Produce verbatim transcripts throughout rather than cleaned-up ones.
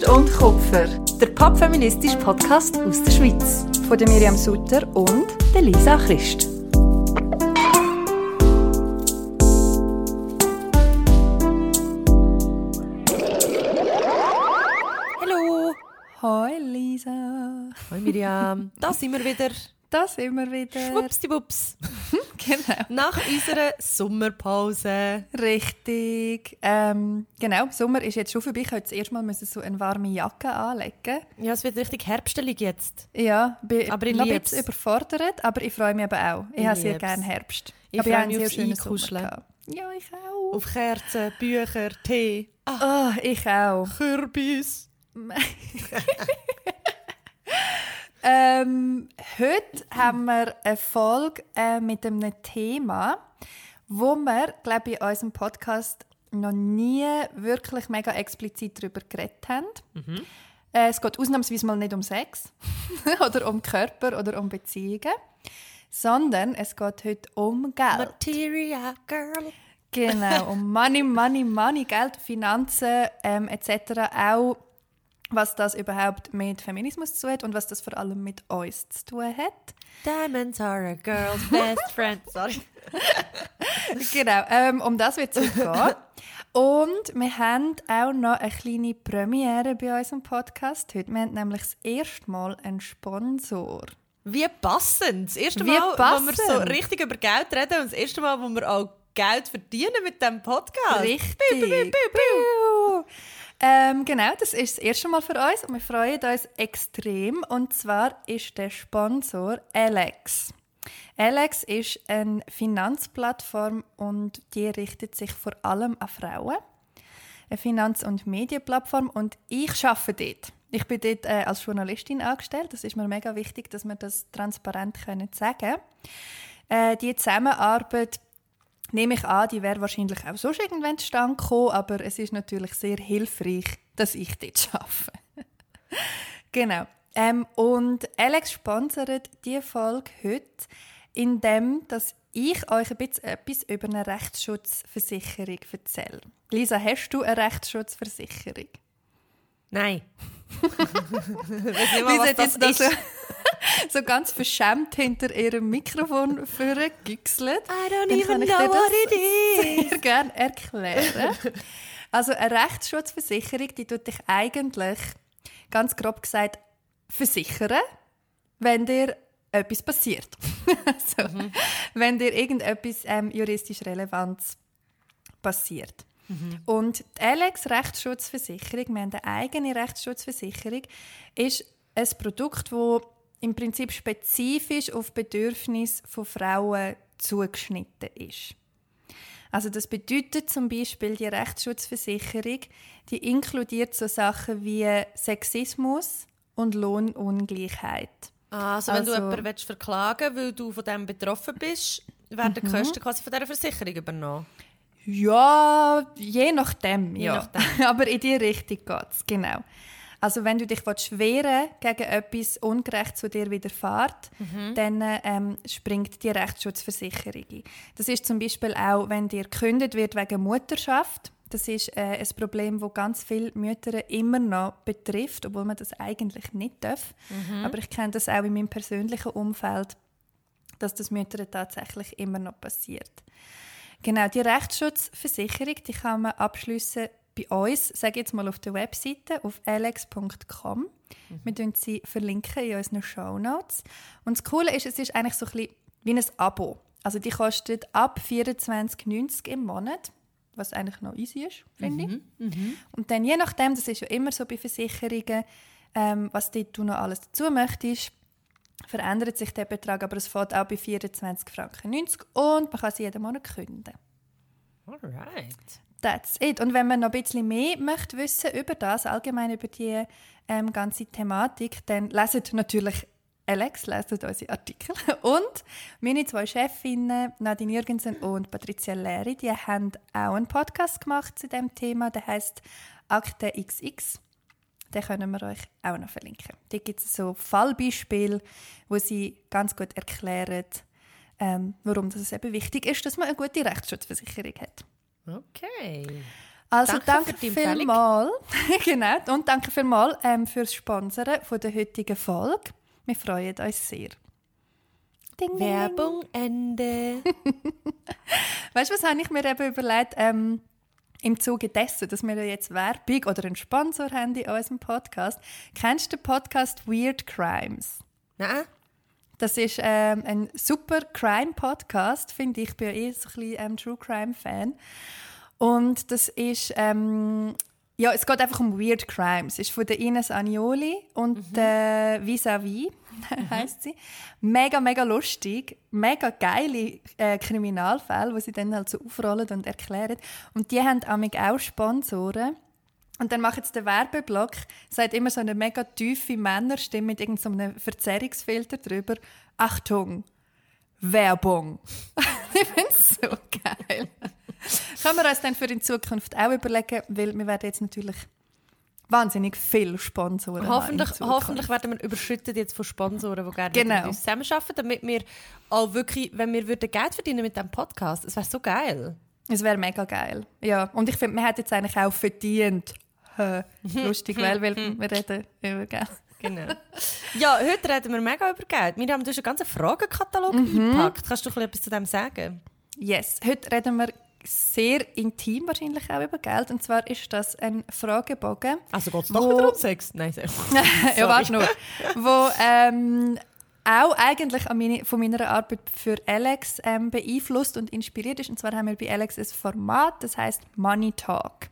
und Kupfer, der popfeministische Podcast aus der Schweiz. Von der Miriam Sutter und der Lisa Christ. Hallo! Hoi Lisa! Hoi Miriam! Da sind wir wieder. Da sind wir wieder. Schwuppsdiwupps. Genau. Nach unserer Sommerpause. Richtig. Ähm, genau, Sommer ist jetzt schon vorbei. Ich musste zuerst mal so eine warme Jacke anlegen. Ja, es wird richtig herbstelig jetzt. Ja, bin aber ich noch ein lieb's. bisschen überfordert, aber ich freue mich eben auch. Ich, ich habe sehr gerne Herbst. Ich aber freue ich mich einen sehr aufs schönen Einkuscheln. Sommer gehabt. Ja, ich auch. Auf Kerzen, Bücher, Tee. Ah, Oh, ich auch. Kürbis. Ähm, heute haben wir eine Folge äh, mit einem Thema, wo wir, glaube ich, in unserem Podcast noch nie wirklich mega explizit darüber geredet haben. Mhm. Äh, es geht ausnahmsweise mal nicht um Sex oder um Körper oder um Beziehungen, sondern es geht heute um Geld. Material Girl. Genau, um Money, Money, Money, Geld, Finanzen ähm, et cetera. Auch was das überhaupt mit Feminismus zu tun hat und was das vor allem mit uns zu tun hat. Diamonds are a girl's best friend. Sorry. Genau, ähm, um das wird es heute gehen. Und wir haben auch noch eine kleine Premiere bei unserem Podcast heute. Wir haben nämlich das erste Mal einen Sponsor. Wie passend. Das erste Wie Mal, passend. wo wir so richtig über Geld reden und das erste Mal, wo wir auch Geld verdienen mit diesem Podcast. Richtig. Piu, piu, piu, piu. Ähm, genau, das ist das erste Mal für uns und wir freuen uns extrem. Und zwar ist der Sponsor Alex. Alex ist eine Finanzplattform und die richtet sich vor allem an Frauen. Eine Finanz- und Medienplattform und ich arbeite dort. Ich bin dort äh, als Journalistin angestellt. Das ist mir mega wichtig, dass wir das transparent können sagen können. Äh, die Zusammenarbeit nehme ich an, die wäre wahrscheinlich auch sonst irgendwann zustande gekommen, aber es ist natürlich sehr hilfreich, dass ich dort arbeite. Genau. Ähm, und Alex sponsert diese Folge heute, indem dass ich euch ein bisschen etwas über eine Rechtsschutzversicherung erzähle. Lisa, hast du eine Rechtsschutzversicherung? Nein. Ich weiss nicht mal, Lisa was hat das jetzt noch ist. so, so ganz verschämt hinter ihrem Mikrofon vorgegüchselt. I don't Dann even kann ich know dir what das it is. sehr gerne erklären. Also eine Rechtsschutzversicherung, die tut dich eigentlich, ganz grob gesagt, versichern, wenn dir etwas passiert. Also, mhm. Wenn dir irgendetwas ähm, juristisch Relevantes passiert. Mhm. Und die Alex Rechtsschutzversicherung, wir haben eine eigene Rechtsschutzversicherung, ist ein Produkt, das im Prinzip spezifisch auf Bedürfnisse von Frauen zugeschnitten ist. Also das bedeutet zum Beispiel, die Rechtsschutzversicherung, die inkludiert so Sachen wie Sexismus und Lohnungleichheit. Ah, also wenn Also- du jemanden verklagen willst, weil du von dem betroffen bist, werden die Kosten quasi von dieser Versicherung übernommen? Ja, je nachdem. Je ja. nachdem. Aber in die Richtung geht es, genau. Also wenn du dich wehren gegen etwas Ungerechtes, das dir widerfährt, mhm. dann ähm, springt die Rechtsschutzversicherung ein. Das ist zum Beispiel auch, wenn dir gekündigt wird wegen Mutterschaft. Das ist äh, ein Problem, das ganz viele Mütter immer noch betrifft, obwohl man das eigentlich nicht darf. Mhm. Aber ich kenne das auch in meinem persönlichen Umfeld, dass das Müttern tatsächlich immer noch passiert. Genau, die Rechtsschutzversicherung, die kann man abschliessen bei uns, sage jetzt mal auf der Webseite, auf alex punkt com. Mhm. Wir verlinken sie verlinken in unseren Shownotes. Und das Coole ist, es ist eigentlich so ein bisschen wie ein Abo. Also die kostet ab vierundzwanzig neunzig im Monat, was eigentlich noch easy ist, finde ich. Mhm. Mhm. Und dann je nachdem, das ist ja immer so bei Versicherungen, ähm, was du noch alles dazu möchtest, verändert sich der Betrag, aber es fängt auch bei vierundzwanzig Franken neunzig und man kann sie jeden Monat kündigen. Alright. That's it. Und wenn man noch ein bisschen mehr möchte wissen über das, allgemein über die ähm, ganze Thematik, dann leset natürlich Alex, leset unsere Artikel. Und meine zwei Chefinnen, Nadine Jürgensen und Patricia Leri, die haben auch einen Podcast gemacht zu diesem Thema, der heisst Akte X X. Den können wir euch auch noch verlinken. Da gibt es so Fallbeispiele, wo sie ganz gut erklären, ähm, warum es eben wichtig ist, dass man eine gute Rechtsschutzversicherung hat. Okay. Also danke, danke für die vielmals. Genau. Und danke vielmals ähm, fürs Sponsoren von der heutigen Folge. Wir freuen uns sehr. Ding, ding, Werbung Ende. Weißt du, was habe ich mir eben überlegt? Ähm, Im Zuge dessen, dass wir ja jetzt Werbung oder einen Sponsor haben in unserem Podcast. Kennst du den Podcast Weird Crimes? Nein. Das ist ähm, ein super Crime-Podcast, finde ich. Ich bin ja eh so ein bisschen ähm, True-Crime-Fan. Und das ist, ähm, ja, es geht einfach um Weird Crimes. Es ist von der Ines Agnoli und mhm. äh, Vis-à-vis, mhm. heisst sie. Mega, mega lustig, mega geile äh, Kriminalfälle, die sie dann halt so aufrollen und erklären. Und die haben auch Sponsoren. Und dann macht jetzt der Werbeblock, sagt immer so eine mega tiefe Männerstimme mit irgendeinem so Verzerrungsfilter drüber. Achtung, Werbung. Ich finde es so geil. Können wir uns dann für in Zukunft auch überlegen, weil wir werden jetzt natürlich wahnsinnig viele Sponsoren hoffentlich, haben. Hoffentlich werden wir überschüttet jetzt von Sponsoren, die gerne genau. mit uns zusammenarbeiten, damit wir auch wirklich, wenn wir würden Geld verdienen mit diesem Podcast, es wäre so geil. Es wäre mega geil. Ja. Und ich finde, man hat jetzt eigentlich auch verdient. Lustig, weil, weil wir reden über Geld. Genau. Ja, heute reden wir mega über Geld. Wir haben einen ganzen Fragenkatalog Mhm. eingepackt. Kannst du etwas zu dem sagen? Yes. Heute reden wir sehr intim wahrscheinlich auch über Geld. Und zwar ist das ein Fragebogen. Also geht es doch wieder um Sex? Nein, sehr. Ja, warte nur. Wo ähm, auch eigentlich an meine, von meiner Arbeit für Alex ähm, beeinflusst und inspiriert ist. Und zwar haben wir bei Alex ein Format, das heisst Money Talk.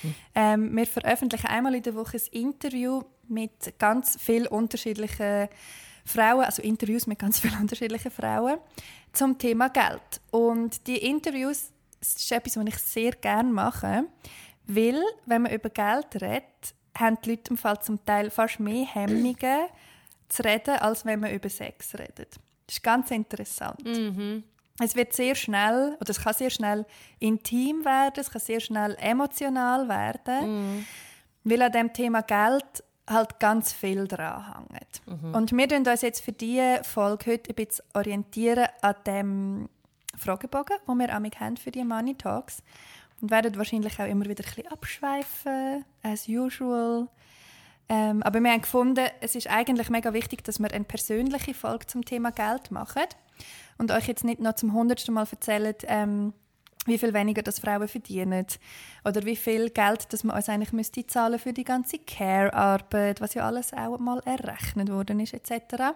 Ähm, wir veröffentlichen einmal in der Woche ein Interview mit ganz vielen unterschiedlichen Frauen, also Interviews mit ganz vielen unterschiedlichen Frauen zum Thema Geld. Und die Interviews das ist etwas, was ich sehr gerne mache, weil, wenn man über Geld redet, haben die Leute im Fall zum Teil fast mehr Hemmungen zu reden, als wenn man über Sex redet. Das ist ganz interessant. Mhm. Es wird sehr schnell, oder es kann sehr schnell intim werden, es kann sehr schnell emotional werden, mm. weil an dem Thema Geld halt ganz viel dran hängt. Mhm. Und wir orientieren uns jetzt für diese Folge heute ein bisschen orientieren an dem Fragebogen, den wir amig haben für die Money Talks und werden wahrscheinlich auch immer wieder ein bisschen abschweifen, as usual. Ähm, aber wir haben gefunden, es ist eigentlich mega wichtig, dass wir eine persönliche Folge zum Thema Geld machen. Und euch jetzt nicht noch zum hundertsten Mal erzählen, ähm, wie viel weniger das Frauen verdienen oder wie viel Geld das man uns eigentlich müsste zahlen für die ganze Care-Arbeit, was ja alles auch mal errechnet worden ist et cetera.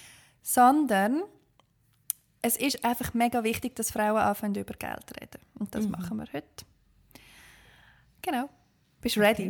Sondern es ist einfach mega wichtig, dass Frauen anfangen über Geld zu reden. Und das mhm. machen wir heute. Genau. Bist du ready?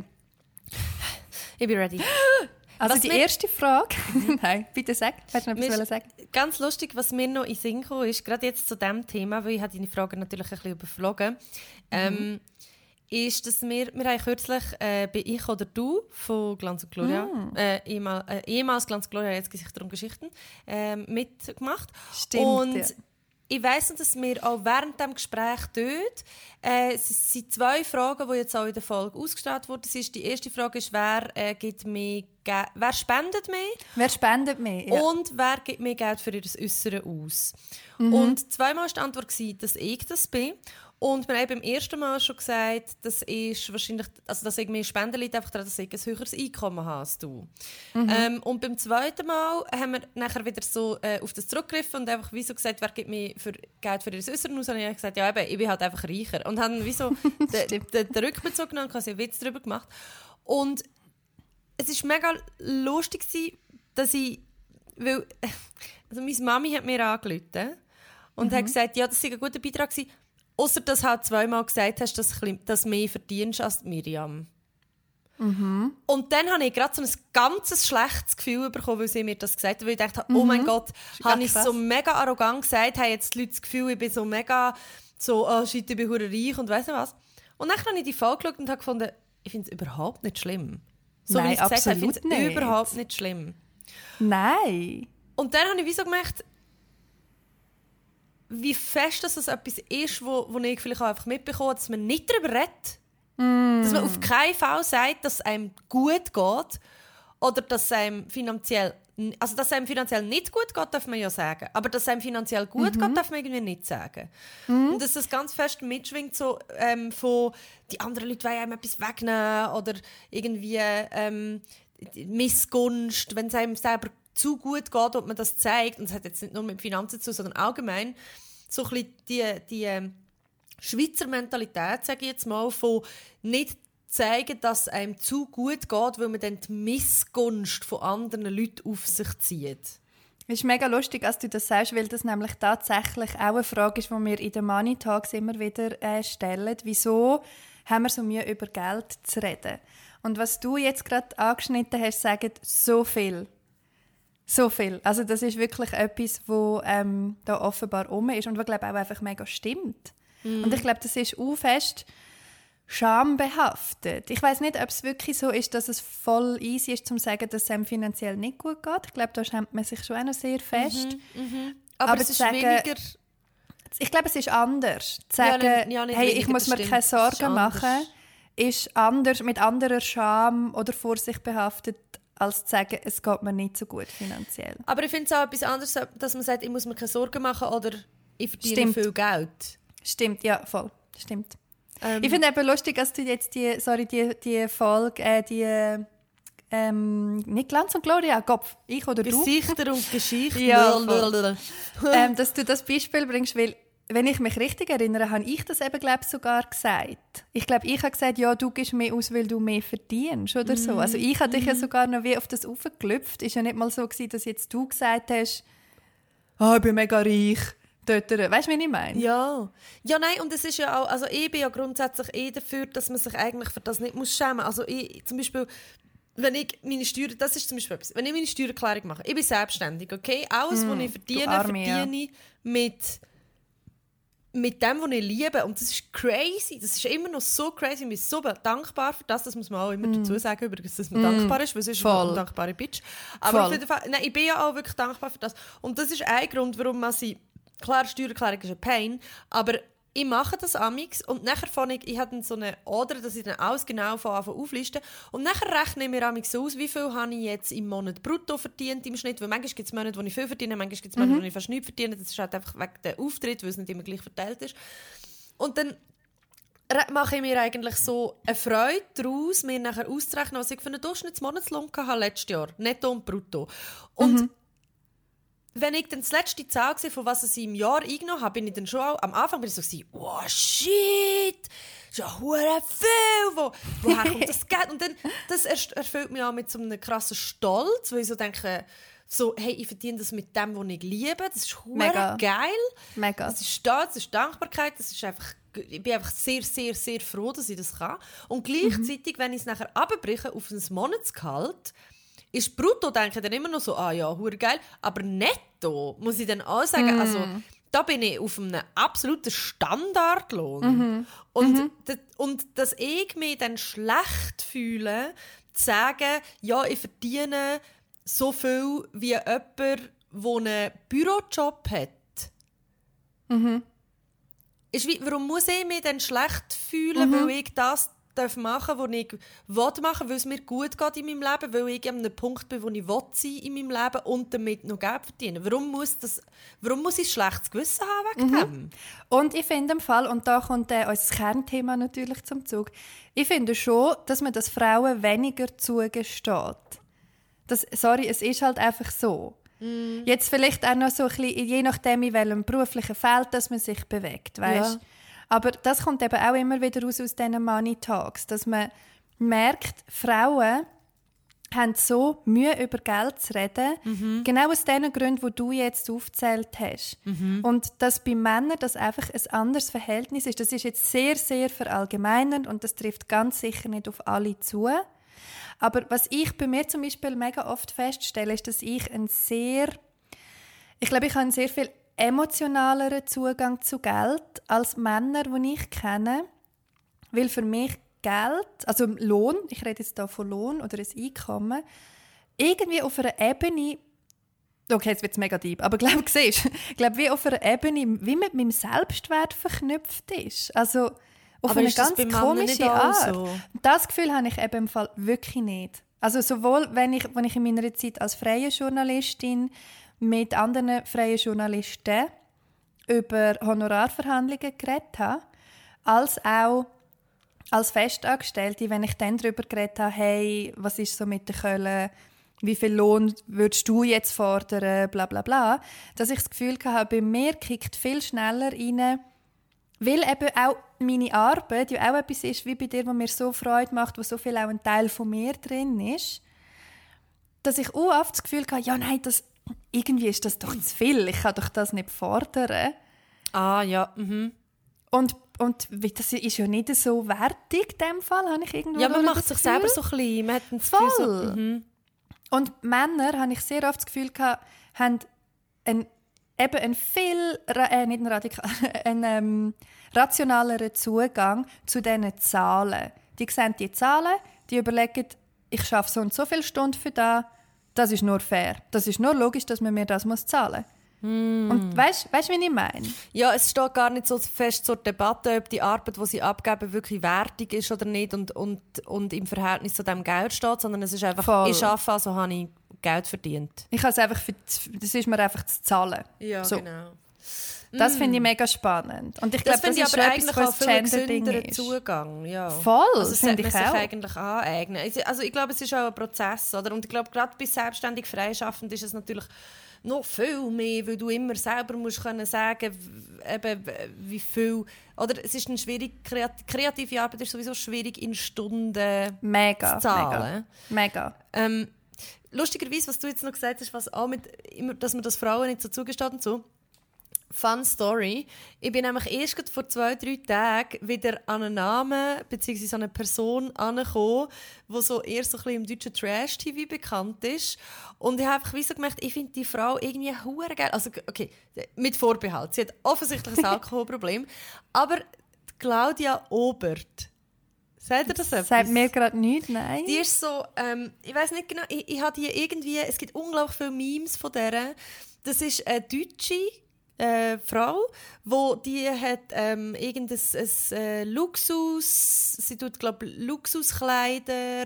Ich bin ready. Also was die mir, erste Frage. Nein, bitte sag. Hast du noch etwas sagen? Ganz lustig, was mir noch in den Sinn gekommen ist, gerade jetzt zu diesem Thema, weil ich habe deine Frage natürlich ein bisschen überflogen, mhm. ähm, ist, dass wir, wir haben kürzlich äh, bei «Ich oder du» von Glanz und Gloria, mhm. äh, ehemal, äh, ehemals Glanz und Gloria, jetzt Gesichter und Geschichten, äh, mitgemacht. Stimmt, und ja. Ich weiss noch, dass wir auch während dem Gespräch dort, äh, es sind zwei Fragen, die jetzt auch in der Folge ausgestrahlt wurden. Die erste Frage ist, wer, äh, gibt mehr Ge- wer spendet mehr? Wer spendet mehr? Ja. Und wer gibt mehr Geld für ihr Äußeren aus? Mhm. Und zweimal war die Antwort, dass ich das bin. Und wir haben beim ersten Mal schon gesagt, das ist wahrscheinlich, also dass ich mehr Spenden liegt, einfach daran, dass ich ein höheres Einkommen habe als du. Mhm. Ähm, und beim zweiten Mal haben wir nachher wieder so äh, auf das zurückgegriffen und einfach wie so gesagt, wer gibt mir für Geld für ihr Äußeren aus? Und ich habe gesagt, ja eben, ich bin halt einfach reicher. Und haben wie so den, den, den Rückbezug genommen und quasi einen Witz darüber gemacht. Und es war mega lustig, dass ich, weil, also meine Mami hat mir angerufen und mhm. hat gesagt, ja, das war ein guter Beitrag gewesen. Ausser dass du halt zweimal gesagt hast, dass du das mehr verdienst als Miriam. Mhm. Und dann habe ich gerade so ein ganz schlechtes Gefühl bekommen, weil sie mir das gesagt hat. Weil ich dachte, mhm. oh mein Gott, habe ich so mega arrogant gesagt, haben jetzt die Leute das Gefühl, ich bin so mega so, oh shit, ich bin hure reich und weiss nicht was. Und dann habe ich die Folge geschaut und habe gefunden, ich finde es überhaupt nicht schlimm. So Nein, wie ich es gesagt habe, ich finde es nicht. überhaupt nicht schlimm. Nein. Und dann habe ich wie so gemerkt, wie fest dass es etwas ist, wo, wo ich vielleicht auch einfach mitbekomme, dass man nicht darüber redet. Mm. Dass man auf keinen Fall sagt, dass es einem gut geht oder dass es einem finanziell also dass es einem finanziell nicht gut geht, darf man ja sagen. Aber dass es einem finanziell gut mhm. geht, darf man irgendwie nicht sagen. Mhm. Und dass das ganz fest mitschwingt, so ähm, von die anderen Leute wollen einem etwas wegnehmen oder irgendwie ähm, Missgunst, wenn es einem selber zu gut geht und man das zeigt. Und das hat jetzt nicht nur mit Finanzen zu tun, sondern allgemein so ein bisschen die, die Schweizer Mentalität, sage ich jetzt mal, von nicht zeigen, dass es einem zu gut geht, weil man dann die Missgunst von anderen Leuten auf sich zieht. Es ist mega lustig, als du das sagst, weil das nämlich tatsächlich auch eine Frage ist, die wir in den Money Talks immer wieder äh, stellen. Wieso haben wir so Mühe, über Geld zu reden? Und was du jetzt gerade angeschnitten hast, sagen so viel. So viel. Also das ist wirklich etwas, was ähm, da offenbar rum ist und was, glaube ich, auch einfach mega stimmt. Mm. Und ich glaube, das ist auch fest schambehaftet. Ich weiss nicht, ob es wirklich so ist, dass es voll easy ist, zu sagen, dass es einem finanziell nicht gut geht. Ich glaube, da schämt man sich schon auch noch sehr fest. Mhm, mhm. Aber, Aber es ist sagen, weniger... Ich glaube, es ist anders. Zu sagen, ja, nicht, ja, nicht hey, weniger, ich muss mir stimmt. keine Sorgen machen, ist anders, mit anderer Scham oder Vorsicht behaftet, als zu sagen, es geht mir nicht so gut finanziell. Aber ich finde es auch etwas anderes, dass man sagt, ich muss mir keine Sorgen machen oder ich verdiene Stimmt. viel Geld. Stimmt, ja, voll. Stimmt. Ähm, ich finde es eben lustig, dass du jetzt die, sorry, die, die Folge, äh, die, ähm, nicht Glanz und Gloria, Kopf, ich oder du. Gesichter und Geschichten. Ja, ähm, dass du das Beispiel bringst, weil, wenn ich mich richtig erinnere, habe ich das eben, glaube ich, sogar gesagt. Ich glaube, ich habe gesagt, ja, du gibst mehr aus, weil du mehr verdienst oder mm. so. Also ich habe dich mm. ja sogar noch wie auf das aufgelüpft. Es war ja nicht mal so gewesen, dass jetzt du gesagt hast, oh, ich bin mega reich. Weißt du, wie ich meine? Ja. Ja, nein, und es ist ja auch, also ich bin ja grundsätzlich eh dafür, dass man sich eigentlich für das nicht muss schämen muss. Also ich, zum Beispiel, wenn ich meine Steuern, das ist zum Beispiel etwas, wenn ich meine Steuererklärung mache, ich bin selbstständig, okay? Alles, mm, was ich verdiene, Arme, verdiene ich ja. mit, mit dem, was ich liebe. Und das ist crazy, das ist immer noch so crazy, ich bin so dankbar für das, das muss man auch immer mm. dazu sagen, übrigens, dass man mm. dankbar ist, weil sonst ist man eine undankbare Bitch. Aber auf jeden Fall, nein, ich bin ja auch wirklich dankbar für das. Und das ist ein Grund, warum man sie klar, Steuererklärung ist ein Pain, aber ich mache das amix und nachher fange ich, ich habe so eine Order, dass ich dann alles genau von Anfang aufliste und nachher rechne ich mir amix aus, wie viel habe ich jetzt im Monat brutto verdient im Schnitt, weil manchmal gibt es Monate, wo ich viel verdiene, manchmal gibt es Monate, mhm. wo ich fast nichts verdiene, das ist halt einfach wegen dem Auftritt, weil es nicht immer gleich verteilt ist. Und dann mache ich mir eigentlich so eine Freude daraus, mir nachher auszurechnen, was ich für einen Durchschnittsmonatslohn hatte letztes Jahr, netto und brutto. Und mhm. wenn ich dann das letzte Zahl sehe, von was ich im Jahr eingenommen habe, bin ich dann schon auch, am Anfang bin ich so gewesen, oh shit, das ist ja verdammt viel, wo, woher kommt das Geld? Und dann, das erfüllt mich auch mit so einem krassen Stolz, weil ich so denke, so, hey, ich verdiene das mit dem, was ich liebe, das ist verdammt geil. Mega. Das ist Stolz, das ist Dankbarkeit, das ist einfach, ich bin einfach sehr, sehr, sehr froh, dass ich das kann. Und gleichzeitig, mhm. wenn ich es nachher runterbreche auf ein Monatsgehalt, ist brutto, denke ich dann immer noch so, ah ja, hure geil. Aber netto muss ich dann auch sagen, mm. also da bin ich auf einem absoluten Standardlohn. Mm-hmm. Und, mm-hmm. das, und dass ich mich dann schlecht fühle, zu sagen, ja, ich verdiene so viel wie jemand, der einen Bürojob hat. Mm-hmm. Ist wie, warum muss ich mich dann schlecht fühlen, mm-hmm. weil ich das darf machen, was ich machen will, weil es mir gut geht in meinem Leben, weil ich an einem Punkt bin, wo ich will sein in meinem Leben und damit noch Geld verdienen. Warum muss, das, warum muss ich ein schlechtes Gewissen haben wegen mhm. dem? Und ich finde im Fall, und da kommt äh, unser Kernthema natürlich zum Zug, ich finde schon, dass man das Frauen weniger zugesteht. Das, sorry, es ist halt einfach so. Mm. Jetzt vielleicht auch noch so ein bisschen, je nachdem, in welchem beruflichen Feld dass man sich bewegt, weißt? Ja. Aber das kommt eben auch immer wieder raus aus diesen Money Talks, dass man merkt, Frauen haben so Mühe, über Geld zu reden, mhm. genau aus den Gründen, die du jetzt aufgezählt hast. Mhm. Und dass bei Männern das einfach ein anderes Verhältnis ist. Das ist jetzt sehr, sehr verallgemeinernd und das trifft ganz sicher nicht auf alle zu. Aber was ich bei mir zum Beispiel mega oft feststelle, ist, dass ich ein sehr, ich glaube, ich habe einen sehr viel emotionaleren Zugang zu Geld als Männer, die ich kenne. Weil für mich Geld, also Lohn, ich rede jetzt hier von Lohn oder ein Einkommen, irgendwie auf einer Ebene, okay, jetzt wird es mega deep, aber glaube siehst, glaube wie auf einer Ebene, wie mit meinem Selbstwert verknüpft ist. Also auf aber eine ist ganz komische Art. So? Das Gefühl habe ich eben im Fall wirklich nicht. Also sowohl, wenn ich, wenn ich in meiner Zeit als freie Journalistin mit anderen freien Journalisten über Honorarverhandlungen geredet habe, als auch als Festangestellte, wenn ich dann darüber geredet habe, hey, was ist so mit den Köln, wie viel Lohn würdest du jetzt fordern, bla bla bla, dass ich das Gefühl hatte, bei mir kickt viel schneller rein, weil eben auch meine Arbeit ja auch etwas ist, wie bei dir, was mir so Freude macht, wo so viel auch ein Teil von mir drin ist, dass ich auch oft das Gefühl hatte, ja nein, das, irgendwie ist das doch zu viel, ich kann doch das nicht fordern. Ah, ja, mhm. Und, und das ist ja nicht so wertig in dem Fall, habe ich irgendwo Ja, man macht sich Gefühl. selber so klein. Man hat ein Voll. So, mhm. Und Männer, habe ich sehr oft das Gefühl gehabt, haben einen, eben einen viel, äh, nicht einen, radikal, einen ähm, rationaleren Zugang zu diesen Zahlen. Die sehen die Zahlen, die überlegen, ich arbeite so und so viele Stunden für das, das ist nur fair. Das ist nur logisch, dass man mir das zahlen muss. Mm. Und weißt du, wie ich meine? Ja, es steht gar nicht so fest zur Debatte, ob die Arbeit, die sie abgeben, wirklich wertig ist oder nicht und, und, und im Verhältnis zu dem Geld steht, sondern es ist einfach, Voll. ich arbeite, also habe ich Geld verdient. Ich habe es einfach für, das ist mir einfach zu zahlen. Ja, so. genau. Das mm. finde ich mega spannend. Und ich das glaube, das, das ist ist etwas, was ein Gender-Ding ist. Zugang, ja. Voll, also das finde ich sich auch. eigentlich aneignen. Also ich glaube, es ist auch ein Prozess, oder? Und ich glaube, gerade bei selbstständig freischaffend ist es natürlich noch viel mehr, weil du immer selber musst können sagen, eben, wie viel, oder es ist eine schwierig, kreative Arbeit ist sowieso schwierig in Stunden mega, zu zahlen. Mega. mega. Ähm, lustigerweise, was du jetzt noch gesagt hast, was auch mit, immer, dass man das Frauen nicht so zugesteht und so. Fun Story. Ich bin nämlich erst vor zwei, drei Tagen wieder an einen Namen bzw. an eine Person angekommen, die so eher so ein bisschen im deutschen Trash-T V bekannt ist. Und ich habe einfach so gemerkt, ich finde die Frau irgendwie hure geil. Also, okay, mit Vorbehalt. Sie hat offensichtlich ein Alkoholproblem. Aber Claudia Obert, sagt ihr das etwas? Sagt mir gerade nichts, nein. Die ist so, ähm, ich weiß nicht genau, ich, ich habe die irgendwie, es gibt unglaublich viele Memes von der. Das ist eine Deutsche, Äh, Frau, wo die hat ähm, irgendein ein, äh, Luxus, sie tut glaube Luxuskleider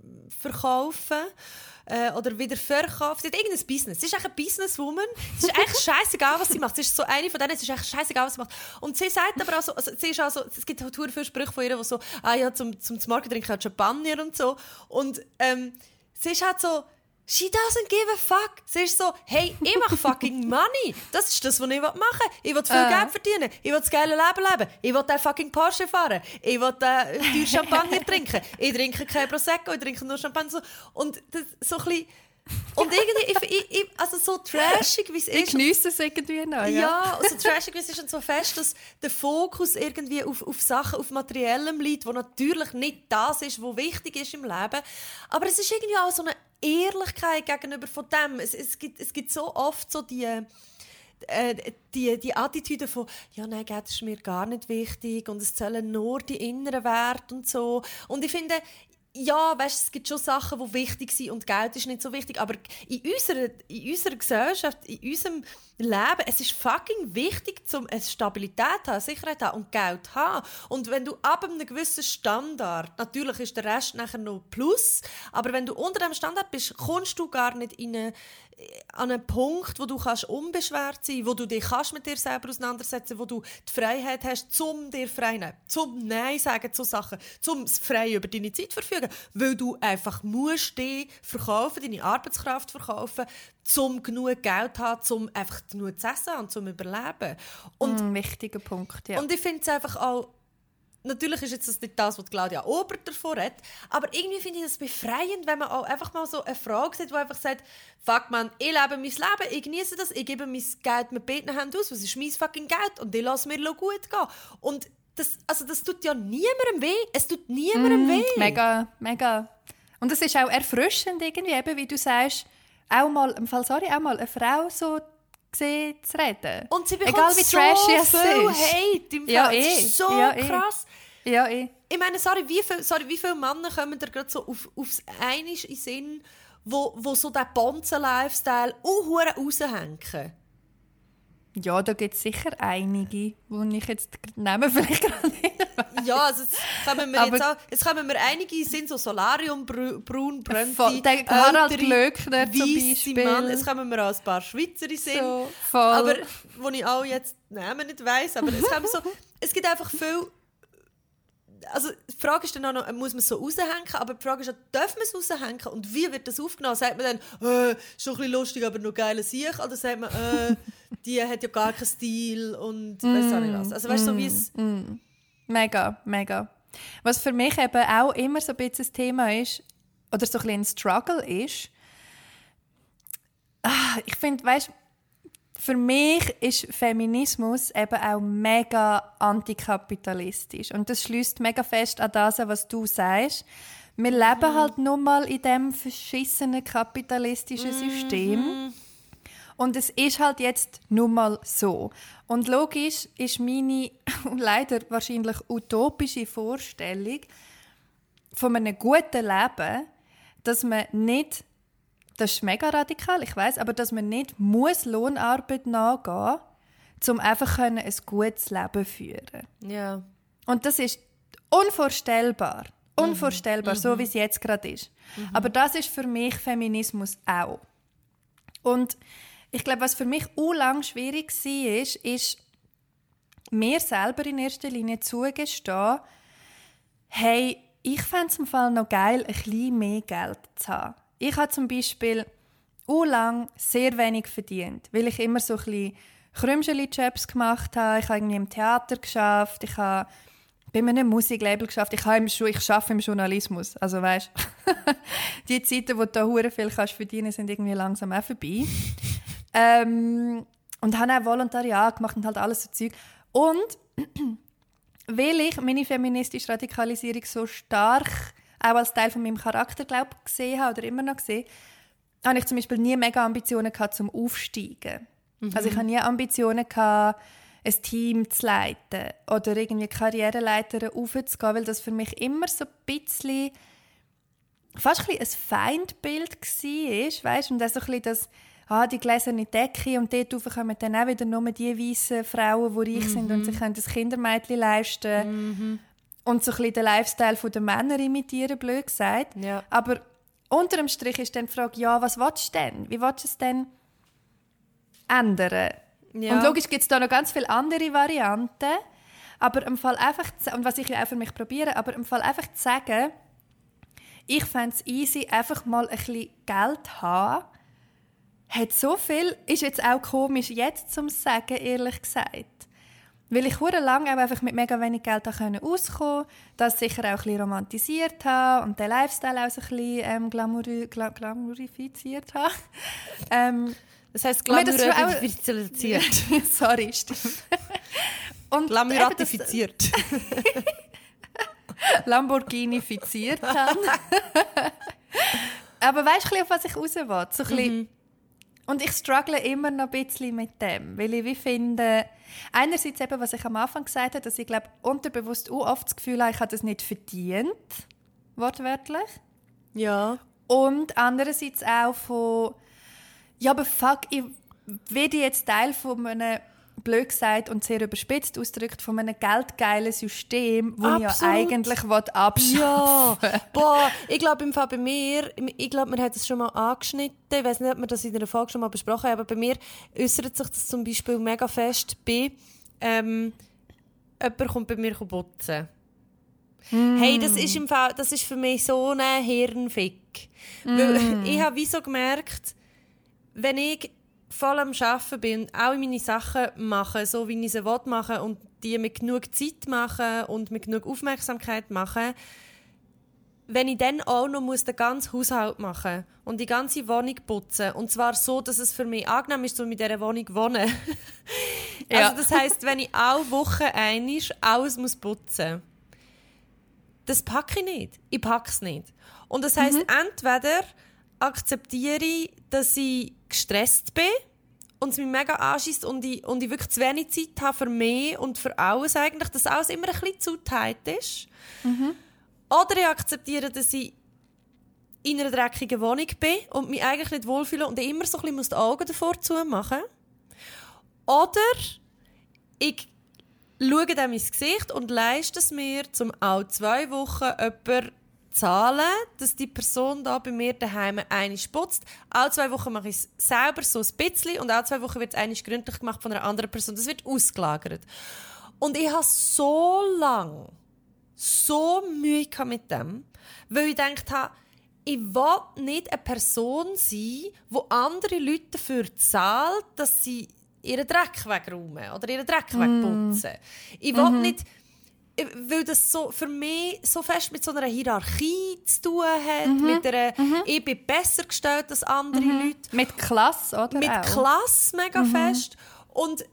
verkaufen äh, oder wieder verkaufen. Sie hat irgendein Business. Sie ist echt eine Businesswoman. Es ist echt scheißegal, was sie macht. Sie ist so eine von denen. Es ist echt scheißegal, was sie macht. Und sie sagt aber auch so, also, sie ist auch so, es gibt halt viele Sprüche von ihr, die so, ah ja, zum zum Morgen trinken halt Champagner und so. Und ähm, sie ist halt so, she doesn't give a fuck. Sie ist so, hey, ich mache fucking money. Das ist das, was ich machen will. Ich will viel uh. Geld verdienen. Ich will das geile Leben leben. Ich will den fucking Porsche fahren. Ich will den teuren Champagner trinken. Ich trinke kein Prosecco, ich trinke nur Champagner. Und das, so ein bisschen... Und irgendwie, ich, ich, also so trashig, wie es ist. Ich geniesse es irgendwie noch, ja. Ja, so trashig, wie es ist und so fest, dass der Fokus irgendwie auf, auf Sachen, auf Materiellem liegt, wo natürlich nicht das ist, was wichtig ist im Leben. Aber es ist irgendwie auch so eine Ehrlichkeit gegenüber von dem. Es, es, gibt, es gibt so oft so die... Äh, die, die Attitüde von «Ja, nein, das ist mir gar nicht wichtig» und es zählen nur die inneren Werte und so. Und ich finde, ja, weißt, es gibt schon Sachen, die wichtig sind und Geld ist nicht so wichtig, aber in unserer, in unserer Gesellschaft, in unserem Leben, es ist fucking wichtig, um eine Stabilität zu haben, Sicherheit zu haben und Geld zu haben. Und wenn du ab einem gewissen Standard, natürlich ist der Rest nachher noch Plus, aber wenn du unter dem Standard bist, kommst du gar nicht in eine, an einen Punkt, wo du kannst unbeschwert sein kannst, wo du dich kannst mit dir selber auseinandersetzen kannst, wo du die Freiheit hast, zum dir frei nehmen, zum Nein sagen zu Sachen, zum frei über deine Zeit verfügen, weil du einfach musst dich verkaufen, deine Arbeitskraft verkaufen, um genug Geld zu haben, um einfach genug zu essen und zum Überleben. Und, mm, wichtiger Punkt, ja. Und ich finde es einfach auch, natürlich ist jetzt das nicht das, was Claudia Obert davor hat, aber irgendwie finde ich das befreiend, wenn man auch einfach mal so eine Frage sieht, die einfach sagt, fuck man, ich lebe mein Leben, ich genieße das, ich gebe mein Geld mit beiden Händen aus, was ist mein fucking Geld und ich lasse mir gut gehen. Und das, also das tut ja niemandem weh, es tut niemandem mm, weh. Mega, mega. Und es ist auch erfrischend irgendwie, eben, wie du sagst, auch mal, im Fall, sorry, auch mal eine Frau so gesehen zu reden. Und sie bekommt egal wie so trashy es viel ist. Hate im Fall. Ja, das eh. ist so ja, krass. Eh. Ja, eh. Ich meine, sorry, wie, viel, sorry, wie viele Männer kommen da gerade so auf, aufs Einisch in Sinn, wo, wo so diesen Bonzen-Lifestyle auch raushängen? Ja, da gibt es sicher einige, wo ich jetzt die Namen vielleicht gerade nicht weiss. Ja, also jetzt kommen wir Aber jetzt an, jetzt kommen wir einige, sind so Solarium, Braun, Brönti, Voll, der Harald ältere, Glöckner zum weisse Beispiel. Mann. Jetzt kommen wir an ein paar Schweizer in Sinn, So, voll. aber wo ich auch jetzt die Namen nicht weiss, aber es, kommen so, es gibt einfach viel. Also die Frage ist dann auch noch, muss man es so raushängen, aber die Frage ist auch, darf man es raushängen und wie wird das aufgenommen? Sagt man dann, äh, schon ein bisschen lustig, aber noch geiler Sieg, oder sagt man, äh, die hat ja gar keinen Stil und mm, weiss auch nicht was. Also weißt du, so wie es... Mm. Mega, mega. Was für mich eben auch immer so ein bisschen ein Thema ist, oder so ein bisschen ein Struggle ist, ah, ich finde, weißt du, für mich ist Feminismus eben auch mega antikapitalistisch. Und das schließt mega fest an das, was du sagst. Wir mhm. leben halt nun mal in diesem verschissenen kapitalistischen System. Mhm. Und es ist halt jetzt nun mal so. Und logisch ist meine leider wahrscheinlich utopische Vorstellung von einem guten Leben, dass man nicht... Das ist mega radikal, ich weiss, aber dass man nicht muss Lohnarbeit nachgehen muss, um einfach ein gutes Leben zu führen. Ja. Und das ist unvorstellbar. Unvorstellbar, mhm. so wie es jetzt gerade ist. Mhm. Aber das ist für mich Feminismus auch. Und ich glaube, was für mich auch lang schwierig war, ist, ist, mir selber in erster Linie zugestehen, hey, ich fände es im Fall noch geil, ein bisschen mehr Geld zu haben. Ich habe zum Beispiel auch lang sehr wenig verdient, weil ich immer so ein bisschen Krümscheli-Jobs gemacht habe. Ich habe irgendwie im Theater geschafft, ich habe bei einem Musiklabel geschafft, ich, habe im, ich arbeite im Journalismus. Also weißt, die Zeiten, wo du da hure viel kannst verdienen, sind irgendwie langsam auch vorbei. ähm, und habe auch Volontariat gemacht und halt alles so Zeug. Und weil ich meine feministische Radikalisierung so stark auch als Teil von meinem Charakter glaub, gesehen habe oder immer noch gesehen, habe ich zum Beispiel nie mega Ambitionen gehabt, zum Aufsteigen. Mhm. Also ich hatte nie Ambitionen gehabt, ein Team zu leiten oder irgendwie Karriereleiter aufzugehen, weil das für mich immer so ein bisschen, fast ein, ein Feindbild war, weißt? Und dann so ein bisschen das, ah, die gläserne Decke und dort rauf kommen dann auch wieder nur die weißen Frauen, die reich sind mhm. und sich das Kindermädchen leisten mhm. und so ein bisschen den Lifestyle der Männer imitieren, blöd gesagt. Ja. Aber unter dem Strich ist dann die Frage, ja, was willst du denn? Wie willst du es denn ändern? Ja. Und logisch gibt es da noch ganz viele andere Varianten, aber im Fall einfach, und was ich ja auch für mich probiere, aber im Fall einfach zu sagen, ich fände es easy, einfach mal ein bisschen Geld haben, hat so viel, ist jetzt auch komisch jetzt zum Sagen, ehrlich gesagt. Weil ich sehr lange einfach mit mega wenig Geld auskommen konnte, das sicher auch ein bisschen romantisiert habe und den Lifestyle auch so ein bisschen ähm, glamouri- gla- glamourifiziert habe. ähm, das heisst glamourifiziert. Sorry, stimmt. Und glamouratifiziert. Lamborghini-fiziert habe. Aber weißt du, auf was ich raus will? So ein bisschen, mhm. Und ich struggle immer noch ein bisschen mit dem, weil ich wie finde, einerseits eben, was ich am Anfang gesagt habe, dass ich glaube, unterbewusst auch oft das Gefühl habe, ich habe das nicht verdient, wortwörtlich. Ja. Und andererseits auch von, ja, aber fuck, ich werde jetzt Teil von einem, blöd gesagt und sehr überspitzt ausgedrückt, von einem geldgeilen System, das ich ja eigentlich abschaffen will. Ja, boah, ich glaube im Fall bei mir, ich glaube, wir haben das schon mal angeschnitten, ich weiß nicht, ob wir das in einer Folge schon mal besprochen haben, aber bei mir äußert sich das zum Beispiel mega fest bei, ähm, jemand kommt bei mir putzen. Mm. Hey, das ist, im Fall, das ist für mich so ein Hirnfick. Mm. Weil ich habe wie so gemerkt, wenn ich voll am Arbeiten bin, auch meine Sachen machen, so wie ich sie machen will, und die mit genug Zeit machen und mit genug Aufmerksamkeit machen, wenn ich dann auch noch muss den ganzen Haushalt machen und die ganze Wohnung putzen, und zwar so, dass es für mich angenehm ist, so mit dieser Wohnung zu wohnen. Ja. Also das heisst, wenn ich alle Wochen einmal alles muss putzen, das packe ich nicht. Ich packe es nicht. Und das heisst, mhm. entweder akzeptiere ich, dass ich gestresst bin und es mich mega anschießt und ich, und ich wirklich zu wenig Zeit habe für mich und für alles eigentlich, dass alles immer ein bisschen zu tight ist. Mhm. Oder ich akzeptiere, dass ich in einer dreckigen Wohnung bin und mich eigentlich nicht wohlfühle und ich immer so ein bisschen die Augen davor zumachen muss. Oder ich schaue dem ins Gesicht und leiste es mir, um alle zwei Wochen jemanden zahlen, dass die Person da bei mir daheim einmal putzt. Alle zwei Wochen mache ich es selber so ein bisschen und alle zwei Wochen wird es einmal gründlich gemacht von einer anderen Person. Das wird ausgelagert. Und ich habe so lange so Mühe mit dem, weil ich gedacht habe, ich will nicht eine Person sein, die andere Leute dafür zahlt, dass sie ihren Dreck wegräumen oder ihren Dreck mm. wegputzen. Ich will mm-hmm. nicht, weil das so für mich so fest mit so einer Hierarchie zu tun hat, mm-hmm. mit einer, mm-hmm. ich bin besser gestellt als andere mm-hmm. Leute. Mit Klasse, oder? Mit auch? Klasse mega mm-hmm. fest. Und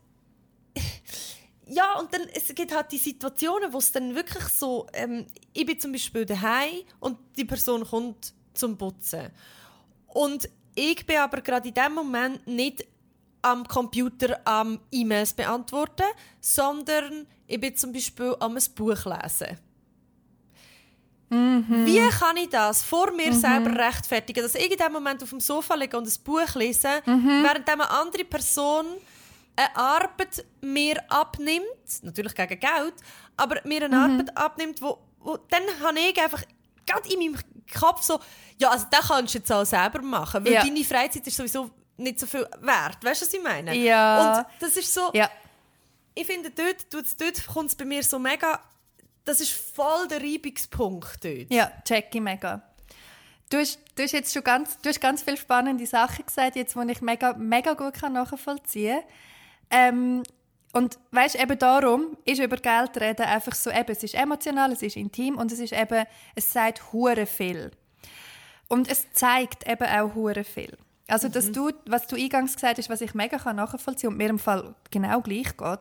ja, und dann es gibt halt die Situationen, wo es dann wirklich so, ähm, ich bin zum Beispiel daheim und die Person kommt zum Putzen. Und ich bin aber gerade in dem Moment nicht am Computer am E-Mails beantworten, sondern ich bin zum Beispiel am ein Buch lesen. Mm-hmm. Wie kann ich das vor mir mm-hmm. selber rechtfertigen, dass ich in dem Moment auf dem Sofa liege und ein Buch lese, mm-hmm. während eine andere Person eine Arbeit mir abnimmt, natürlich gegen Geld, aber mir eine mm-hmm. Arbeit abnimmt, wo, wo dann habe ich einfach gerade in meinem Kopf so, ja, also das kannst du jetzt auch selber machen, weil ja. deine Freizeit ist sowieso nicht so viel wert. Weißt du, was ich meine? Ja. Und das ist so, ja. ich finde, dort, dort kommt es bei mir so mega, das ist voll der Reibungspunkt dort. Ja, check ich mega. Du hast, du hast jetzt schon ganz, du hast ganz viele spannende Sachen gesagt, jetzt, die ich mega, mega gut nachvollziehen kann. Ähm, und weißt, eben darum ist über Geld reden einfach so, eben, es ist emotional, es ist intim und es ist eben, es sagt hure viel. Und es zeigt eben auch hure viel. Also, dass mhm. du, was du eingangs gesagt hast, was ich mega nachvollziehen kann und mir im Fall genau gleich geht,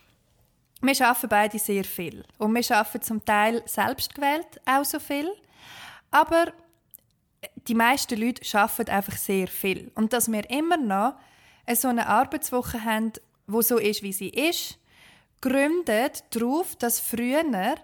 wir arbeiten beide sehr viel. Und wir arbeiten zum Teil selbstgewählt auch so viel. Aber die meisten Leute arbeiten einfach sehr viel. Und dass wir immer noch so eine Arbeitswoche haben, die so ist, wie sie ist, gründet darauf, dass früher,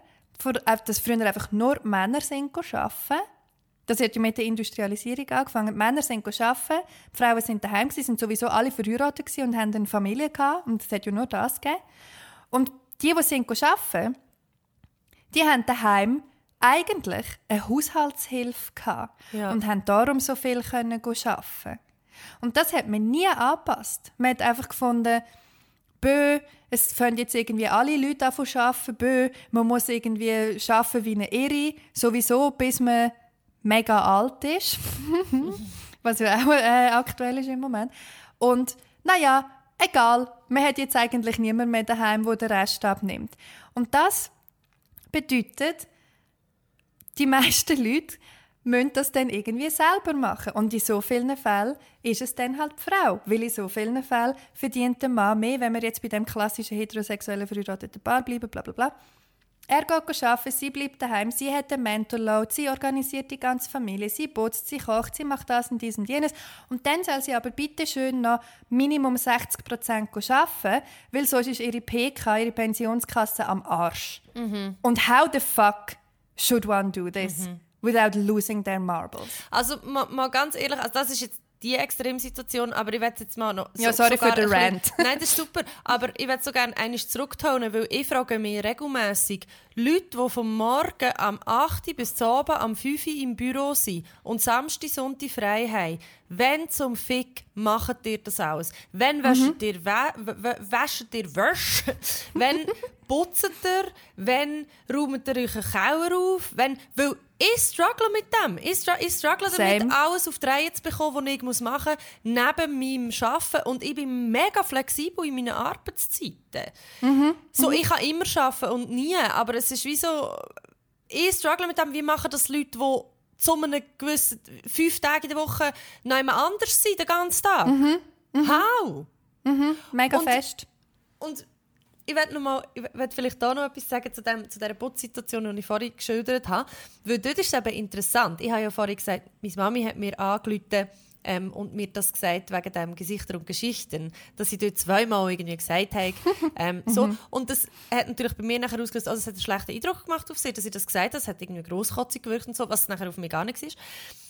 dass früher einfach nur Männer sind arbeiten. Das hat ja mit der Industrialisierung angefangen. Die Männer sind arbeiten, die Frauen sind daheim, sie sind sowieso alle verheiratet und hatten eine Familie gehabt. Und es hat ja nur das gegeben. Und die, die sind arbeiten, die haben daheim eigentlich eine Haushaltshilfe gehabt ja. und haben darum so viel können arbeiten. Und das hat man nie angepasst. Man hat einfach gefunden, bö, es fangen jetzt irgendwie alle Leute an zu arbeiten, bö, man muss irgendwie arbeiten wie eine Irre, sowieso bis man mega alt ist, was ja auch äh, aktuell ist im Moment. Und naja, egal, man hat jetzt eigentlich niemand mehr daheim, der den Rest abnimmt. Und das bedeutet, die meisten Leute müssen das dann irgendwie selber machen. Und in so vielen Fällen ist es dann halt die Frau. Weil in so vielen Fällen verdient der Mann mehr, wenn wir jetzt bei dem klassischen heterosexuellen verheirateten Paar bleiben, bla bla bla. Er geht arbeiten, sie bleibt daheim, sie hat einen Mental Load, sie organisiert die ganze Familie, sie putzt, sie kocht, sie macht das und dies und jenes. Und dann soll sie aber bitte schön noch Minimum sechzig Prozent arbeiten, weil sonst ist ihre P K, ihre Pensionskasse, am Arsch. Mhm. Und how the fuck should one do this? Mhm. Without losing their marbles. Also mal, mal ganz ehrlich, also das ist jetzt die Extremsituation, aber ich werde jetzt mal noch... So, ja, sorry für den Rant. Bisschen, nein, das ist super, aber ich würde so gerne einmal zurückholen, weil ich frage mich regelmässig Leute, die vom Morgen am acht Uhr bis zum Abend am fünf Uhr im Büro sind und Samstag, Sonntag frei haben, wenn zum Fick macht ihr das alles? Wenn wäscht mhm. ihr wäscht ihr Wäsche? Wenn putzt ihr? Wenn räumt ihr euch einen Keller auf? Wenn, weil ich struggle mit dem. Ich, str- ich struggle damit, Same. alles auf die Reihe zu bekommen, was ich machen muss, neben meinem Arbeiten. Und ich bin mega flexibel in meinen Arbeitszeiten. Mhm. So, ich kann immer arbeiten und nie. Aber es ist wie so... Ich struggle mit dem, wie machen das Leute, die zu einem gewissen fünf Tage in der Woche noch jemand anders sind, den ganzen Tag. Mhm. Mhm. How? Mhm. Mega und, fest. Und ich werde noch mal, ich werde vielleicht da noch etwas sagen zu, dem, zu dieser Putzsituation, die ich vorhin geschildert habe. Weil dort ist es eben interessant. Ich habe ja vorhin gesagt, meine Mami hat mir angerufen ähm, und mir das gesagt wegen dem Gesichter und Geschichten, dass sie dort zweimal irgendwie gesagt habe. Ähm, so. Und das hat natürlich bei mir nachher ausgelöst, also es hat einen schlechten Eindruck gemacht auf sie, dass sie das gesagt hat. Es hat irgendwie grosskotzig gewirkt und so, was nachher auf mich gar nichts ist.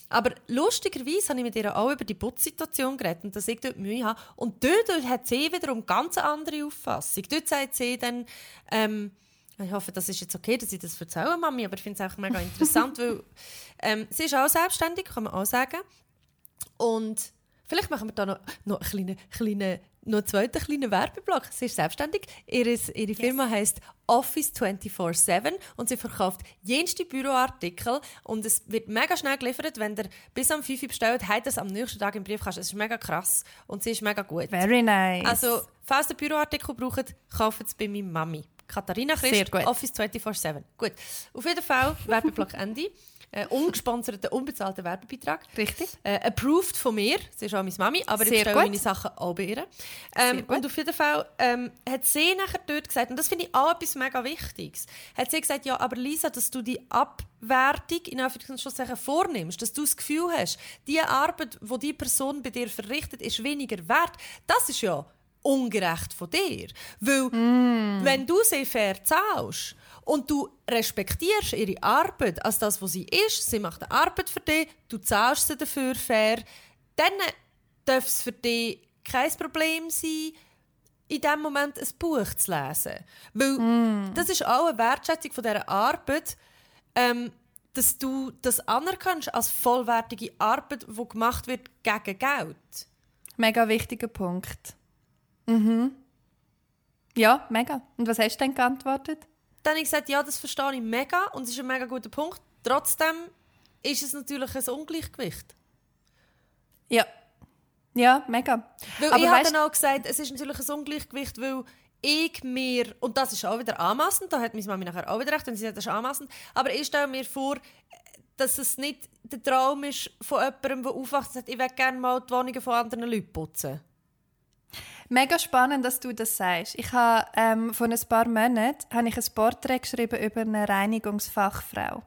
Aber lustigerweise habe ich mit ihr auch über die Putzsituation geredet und dass ich dort Mühe habe. Und dort hat sie wiederum eine ganz andere Auffassung. Dort sagt sie dann, ähm, ich hoffe, das ist jetzt okay, dass ich das erzähle, Mami, aber ich finde es auch mega interessant, weil ähm, sie ist auch selbstständig, kann man auch sagen. Und vielleicht machen wir da noch, noch einen kleinen, kleinen, noch einen zweiten kleinen Werbeblock. Sie ist selbstständig. Ihre, ihre Firma yes. heisst Office vierundzwanzig sieben und sie verkauft jenste Büroartikel und es wird mega schnell geliefert. Wenn ihr bis am fünf Uhr bestellt, habt ihr es am nächsten Tag im Briefkasten. Es ist mega krass und sie ist mega gut. Very nice. Also, falls ihr Büroartikel braucht, kauft es bei meiner Mami. Katharina Christ, Office vierundzwanzig sieben. Gut, auf jeden Fall, Werbeblock Ende. Äh, ungesponserter, unbezahlter Werbebeitrag. Richtig. Äh, approved von mir. Sie ist auch meine Mami, aber Sehr ich stelle gut. meine Sachen auch bei ihr. Ähm, und auf jeden Fall ähm, hat sie nachher dort gesagt, und das finde ich auch etwas mega Wichtiges, hat sie gesagt, ja, aber Lisa, dass du die Abwertung in Anführungszeichen vornimmst, dass du das Gefühl hast, die Arbeit, die die Person bei dir verrichtet, ist weniger wert, das ist ja ungerecht von dir. Weil, mm. wenn du sie fair zahlst und du respektierst ihre Arbeit als das, was sie ist, sie macht eine Arbeit für dich, du zahlst sie dafür fair, dann darf es für dich kein Problem sein, in diesem Moment ein Buch zu lesen. Weil mm. das ist auch eine Wertschätzung von dieser Arbeit, ähm, dass du das anerkennst als vollwertige Arbeit, die gemacht wird gegen Geld. Mega wichtiger Punkt. Mhm. Ja, mega. Und was hast du denn geantwortet? Dann habe ich gesagt, ja, das verstehe ich mega und es ist ein mega guter Punkt. Trotzdem ist es natürlich ein Ungleichgewicht. Ja. Ja, mega. Weil Aber ich habe dann auch gesagt, es ist natürlich ein Ungleichgewicht, weil ich mir, und das ist auch wieder anmassend, da hat meine Mami nachher auch wieder recht, und sie sagt, das ist anmassend, aber ich stelle mir vor, dass es nicht der Traum ist von jemandem, der aufwacht und sagt, ich will gerne mal die Wohnungen von anderen Leuten putzen. Mega spannend, dass du das sagst. Ich habe ähm, vor ein paar Monaten habe ich ein Porträt geschrieben über eine Reinigungsfachfrau.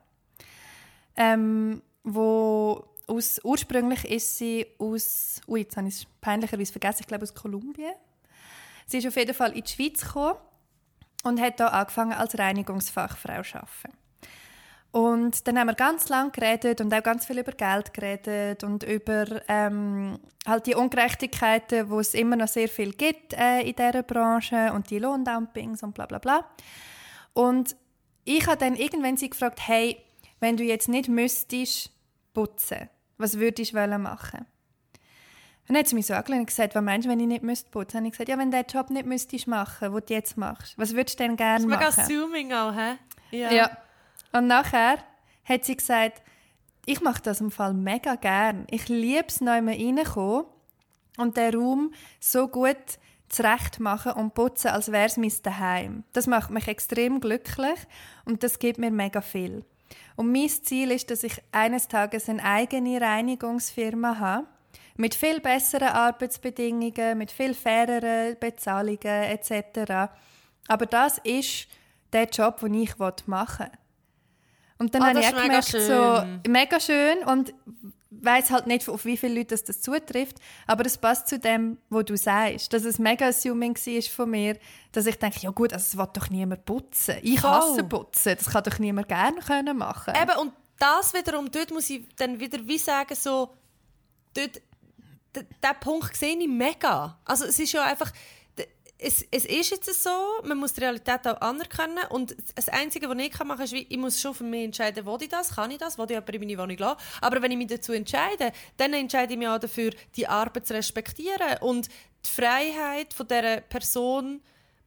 Ähm, wo aus, ursprünglich ist sie aus, ui, jetzt habe ich es peinlicherweise vergessen, ich glaube aus Kolumbien. Sie ist auf jeden Fall in die Schweiz gekommen und hat hier angefangen als Reinigungsfachfrau zu arbeiten. Und dann haben wir ganz lange geredet und auch ganz viel über Geld geredet und über ähm, halt die Ungerechtigkeiten, wo es immer noch sehr viel gibt äh, in dieser Branche und die Lohndumpings und bla bla bla. Und ich habe dann irgendwann sie gefragt, hey, wenn du jetzt nicht müsstest putzen, was würdest du machen? Dann hat sie mich so angeschaut und gesagt, was meinst du, wenn ich nicht müsste putzen? Dann habe ich gesagt, ja, wenn du den Job nicht müsstest machen, den du jetzt machst, was würdest du denn gerne machen? Das ist mega assuming auch, hä? Ja. ja. Und nachher hat sie gesagt, ich mache das im Fall mega gern. Ich liebe es, neu reinzukommen und den Raum so gut zurecht machen und putzen, als wäre es mein Zuhause. Das macht mich extrem glücklich und das gibt mir mega viel. Und mein Ziel ist, dass ich eines Tages eine eigene Reinigungsfirma habe, mit viel besseren Arbeitsbedingungen, mit viel faireren Bezahlungen et cetera. Aber das ist der Job, den ich machen will. Und dann oh, habe ich auch gemerkt, so, mega schön und weiss halt nicht, auf wie viele Leute das, das zutrifft, aber es passt zu dem, was du sagst. Dass es mega assuming war von mir, dass ich denke, ja gut, also es will doch niemand putzen. Ich Voll. hasse putzen, das kann doch niemand gerne können machen. Eben, und das wiederum, dort muss ich dann wieder wie sagen, so, dort, d- diesen Punkt sehe ich mega. Also es ist ja einfach... Es, es ist jetzt so, man muss die Realität auch anerkennen und das Einzige, was ich machen kann, ist, ich muss schon für mich entscheiden, will ich das, kann ich das, will ich jemanden in meine Wohnung lassen. Aber wenn ich mich dazu entscheide, dann entscheide ich mich auch dafür, die Arbeit zu respektieren und die Freiheit von dieser Person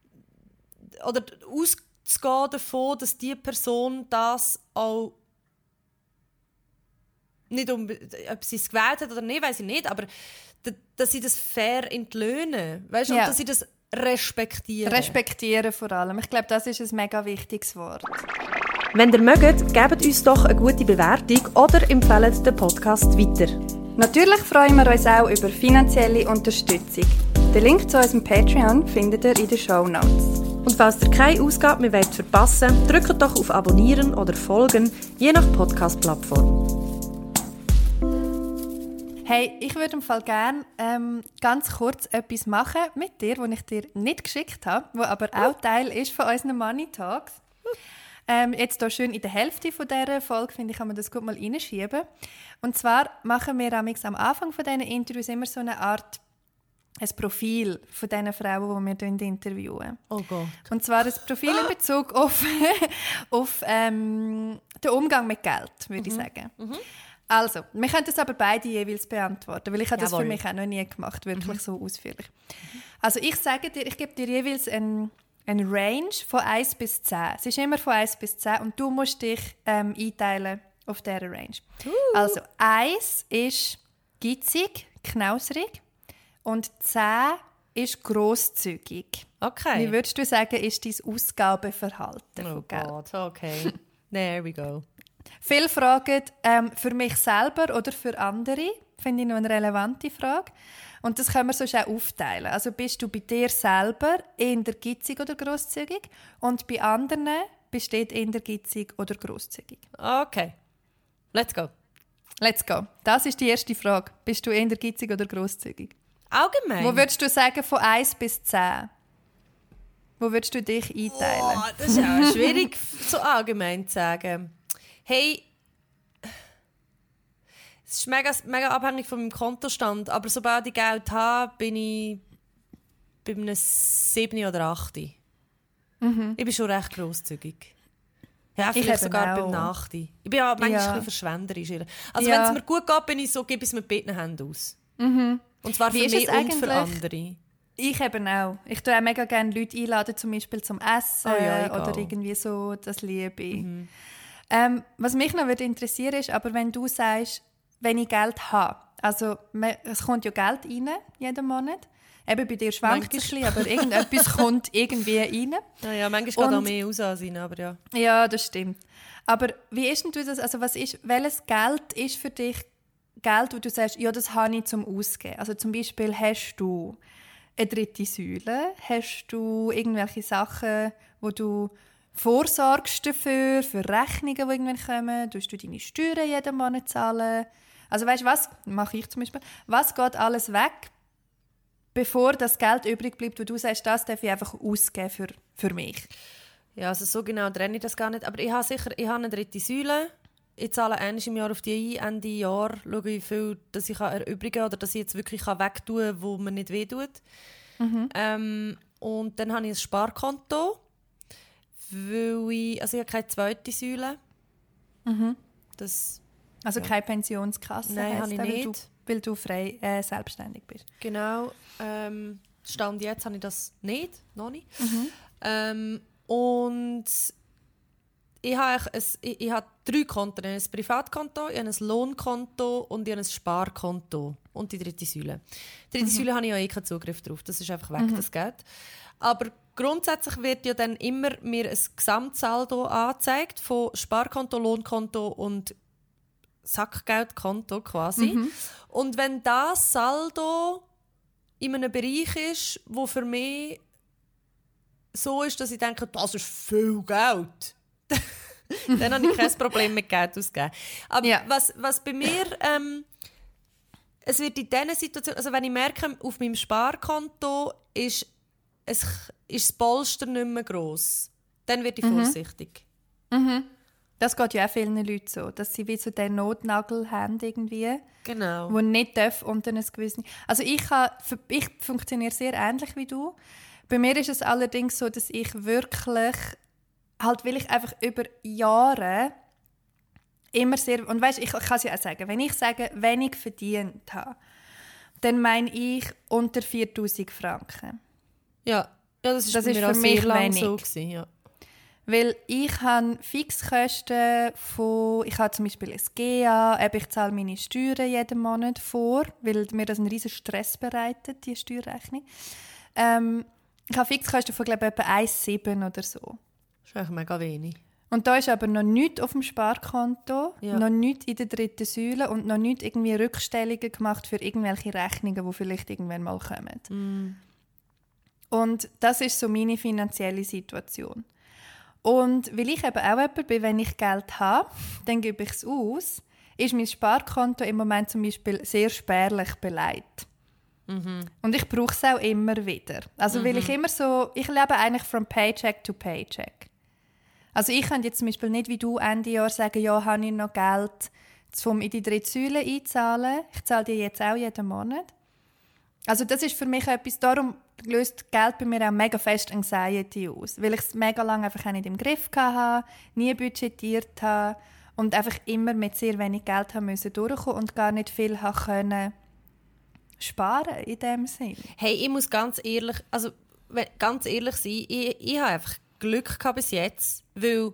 oder auszugehen davon, dass diese Person das auch nicht um, ob sie es gewählt hat oder nicht, weiß ich nicht, aber dass sie das fair entlöhnen, weißt du, ja. und dass sie das respektieren. Respektieren vor allem. Ich glaube, das ist ein mega wichtiges Wort. Wenn ihr mögt, gebt uns doch eine gute Bewertung oder empfehlt den Podcast weiter. Natürlich freuen wir uns auch über finanzielle Unterstützung. Den Link zu unserem Patreon findet ihr in den Shownotes. Und falls ihr keine Ausgabe mehr verpassen wollt, drückt doch auf Abonnieren oder Folgen, je nach Podcast-Plattform. Hey, ich würde im Fall gerne ähm, ganz kurz etwas machen mit dir, das ich dir nicht geschickt habe, das aber auch Teil ist von unseren Money Talks. Ähm, jetzt hier schön in der Hälfte von dieser Folge, finde ich, kann man das gut mal reinschieben. Und zwar machen wir am Anfang von diesen Interviews immer so eine Art ein Profil von diesen Frauen, die wir interviewen. Oh Gott. Und zwar ein Profil in Bezug auf, auf ähm, den Umgang mit Geld, würde ich sagen. Mhm. Also, wir können das aber beide jeweils beantworten, weil ich habe das für mich auch noch nie gemacht, wirklich mhm. so ausführlich. Also ich sage dir, ich gebe dir jeweils ein Eine Range von eins bis zehn. Es ist immer von eins bis zehn und du musst dich ähm, einteilen auf dieser Range. Uh. Also eins ist gitzig, knausrig und zehn ist grosszügig. Okay. Wie würdest du sagen, ist dein Ausgabenverhalten oh von Geld? Gott, okay. There we go. Viele fragen, ähm, für mich selber oder für andere? Finde ich noch eine relevante Frage. Und das können wir sonst auch aufteilen. Also bist du bei dir selber eher gitzig oder grosszügig und bei anderen besteht eher gitzig oder grosszügig. Okay, let's go. Let's go. Das ist die erste Frage. Bist du eher gitzig oder grosszügig? Allgemein? Wo würdest du sagen von eins bis zehn? Wo würdest du dich einteilen? Oh, das ist auch schwierig so allgemein zu sagen. Hey, es ist mega, mega abhängig von meinem Kontostand, aber sobald ich Geld habe, bin ich bei einem sieben oder acht. Mhm. Ich bin schon recht grosszügig. Ja, vielleicht sogar beim acht. Ich bin ja manchmal ja. ein bisschen verschwenderisch. Also ja. wenn es mir gut geht, bin ich so, gebe ich es mit beiden Händen aus. Mhm. Und zwar für Wie mich und für andere. Ich eben auch. Ich tue auch mega gerne Leute einladen, zum Beispiel zum Essen oh ja, oder irgendwie so, das liebe ich. Mhm. Ähm, was mich noch würde interessieren ist, aber wenn du sagst, wenn ich Geld habe, also es kommt ja Geld rein jeden Monat, eben bei dir schwankt es ein bisschen, aber irgendetwas kommt irgendwie rein. Ja, ja manchmal geht auch mehr raus als rein, aber ja. Ja, das stimmt. Aber wie ist denn du das, also was ist, welches Geld ist für dich Geld, wo du sagst, ja, das habe ich zum Ausgeben? Also zum Beispiel hast du eine dritte Säule, hast du irgendwelche Sachen, wo du vorsorgst dafür, für Rechnungen, die irgendwann kommen, tust du deine Steuern jeden Monat zahlen? Also weißt du, was mache ich zum Beispiel? Was geht alles weg, bevor das Geld übrig bleibt, wo du sagst, das darf ich einfach ausgeben für, für mich? Ja, also so genau trenne ich das gar nicht. Aber ich habe sicher ich habe eine dritte Säule. Ich zahle einmal im Jahr auf die ein, Ende Jahr schaue, wie viel dass ich erübrigen kann oder dass ich jetzt wirklich wegtun kann, wo mir nicht wehtut. Mhm. Ähm, und dann habe ich ein Sparkonto, weil ich, also ich habe keine zweite Säule. Mhm. Das, also ja. keine Pensionskasse? Nein, habe ich nicht. Weil du, weil du frei äh, selbstständig bist. Genau. Ähm, Stand jetzt habe ich das nicht, noch nicht. Mhm. Ähm, und ich habe, ein, ich, ich habe drei Konten. Ein Privatkonto, ich habe ein Lohnkonto und ich habe ein Sparkonto. Und die dritte Säule. Die dritte mhm. Säule habe ich ja eh keinen Zugriff drauf. Das ist einfach weg, mhm. das Geld. Aber grundsätzlich wird ja dann immer mir ein Gesamtsaldo angezeigt von Sparkonto, Lohnkonto und Sackgeldkonto quasi. Mhm. Und wenn das Saldo in einem Bereich ist, wo für mich so ist, dass ich denke, das ist viel Geld, dann habe ich kein Problem mit Geld auszugeben. Aber ja. was, was bei mir, ähm, es wird in diesen Situationen, also wenn ich merke, auf meinem Sparkonto ist, es, ist das Polster nicht mehr gross, dann werde ich mhm. vorsichtig. Mhm. Das geht ja auch vielen Leuten so, dass sie wie so den Notnagel haben irgendwie, genau. wo nicht darf unter einem gewissen... Also ich, habe, ich funktioniere sehr ähnlich wie du. Bei mir ist es allerdings so, dass ich wirklich, halt will ich einfach über Jahre immer sehr... Und weißt, ich kann es ja auch sagen, wenn ich sage, wenig verdient habe, dann meine ich unter viertausend Franken. Ja, ja das ist, das bei ist mir für mich sehr lang wenig. so gewesen, ja. Weil ich habe Fixkosten von, ich habe zum Beispiel ein G A, ich zahle meine Steuern jeden Monat vor, weil mir das einen riesen Stress bereitet, die Steuerrechnung. Ähm, ich habe Fixkosten von, glaube ich, etwa eins Komma sieben oder so. Das ist eigentlich mega wenig. Und da ist aber noch nichts auf dem Sparkonto, ja. noch nichts in der dritten Säule und noch nichts irgendwie Rückstellungen gemacht für irgendwelche Rechnungen, die vielleicht irgendwann mal kommen. Mm. Und das ist so meine finanzielle Situation. Und weil ich eben auch jemand bin, wenn ich Geld habe, dann gebe ich es aus, ist mein Sparkonto im Moment zum Beispiel sehr spärlich beleidigt. Mhm. Und ich brauche es auch immer wieder. Also mhm. weil ich immer so, ich lebe eigentlich from Paycheck to Paycheck. Also ich kann jetzt zum Beispiel nicht wie du Ende Jahr sagen, ja, habe ich noch Geld, um in die dritte Säule einzahlen. Ich zahle die jetzt auch jeden Monat. Also das ist für mich etwas, darum löst Geld bei mir auch mega fest Anxiety aus, weil ich es mega lange einfach nicht im Griff hatte, nie budgetiert habe und einfach immer mit sehr wenig Geld haben müssen durchkommen und gar nicht viel haben können sparen in dem Sinn. Hey, ich muss ganz ehrlich, also ganz ehrlich sein, ich, ich habe einfach Glück gehabt bis jetzt, weil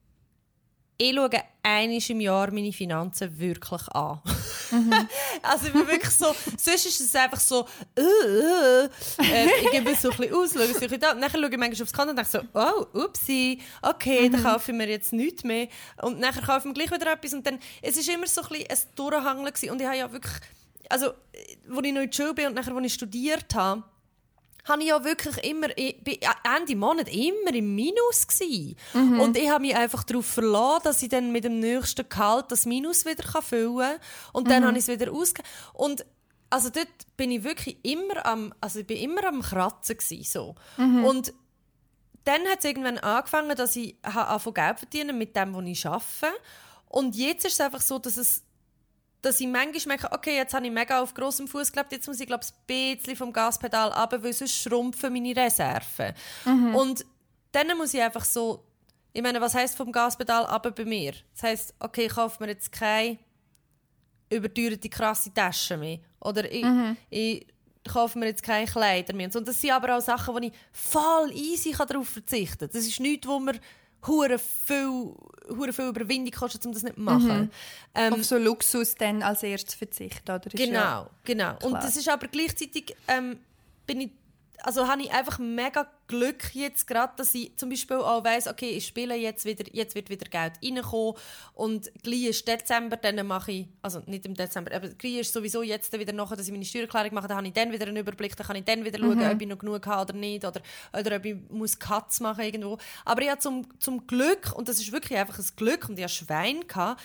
ich schaue einmal im Jahr meine Finanzen wirklich an. Mhm. Also ich bin wirklich so, sonst ist es einfach so, äh, äh, ich gebe es so ein bisschen aus, schaue es so ein bisschen da. Und dann schaue ich manchmal aufs Konto und denke so, oh, upsi, okay, mhm. dann kaufe ich mir jetzt nichts mehr. Und dann kaufe ich mir gleich wieder etwas. Und dann, es war immer so ein bisschen ein Durchhangeln gewesen. Und ich habe ja wirklich, also, als ich noch in der Schule bin und nachher, als ich studiert habe, habe ich ja wirklich immer, ich bin Ende Monat immer im Minus gsi. Mhm. Und ich habe mich einfach darauf verlassen, dass ich dann mit dem nächsten Gehalt das Minus wieder füllen kann. Und dann mhm. habe ich es wieder ausgegeben. Und also dort bin ich wirklich immer am, also ich bin immer am Kratzen gsi, so. Mhm. Und dann hat es irgendwann angefangen, dass ich anfangen Geld verdienen mit dem, was ich arbeite. Und jetzt ist es einfach so, dass es dass ich manchmal merke, okay, jetzt habe ich mega auf grossem Fuß gelebt, jetzt muss ich glaube ein bisschen vom Gaspedal runter, weil sonst schrumpfen meine Reserven. Mhm. Und dann muss ich einfach so, ich meine, was heisst vom Gaspedal runter bei mir? Das heisst, okay, ich kaufe mir jetzt keine überteuerte, krasse Tasche mehr. Oder ich, mhm. ich kaufe mir jetzt keine Kleider mehr. Und das sind aber auch Sachen, wo ich voll easy darauf verzichten kann. Das ist nichts, wo mir hure viel, hure viel Überwindung kostet, um das nicht zu machen. Mhm. Ähm, Auf so Luxus dann als erstes verzichten, oder? Genau, ja genau. Klar. Und das ist aber gleichzeitig, ähm, bin ich, also habe ich einfach mega Glück jetzt gerade, dass ich zum Beispiel auch weiss, okay, ich spiele jetzt wieder, jetzt wird wieder Geld reinkommen und gleich ist Dezember, dann mache ich, also nicht im Dezember, aber gleich ist sowieso jetzt wieder nachher, dass ich meine Steuererklärung mache, dann habe ich dann wieder einen Überblick, dann kann ich dann wieder schauen, mhm. ob ich noch genug habe oder nicht, oder, oder ob ich muss Cuts machen irgendwo. Aber ich habe zum, zum Glück, und das ist wirklich einfach ein Glück, und ich hatte Schwein gehabt,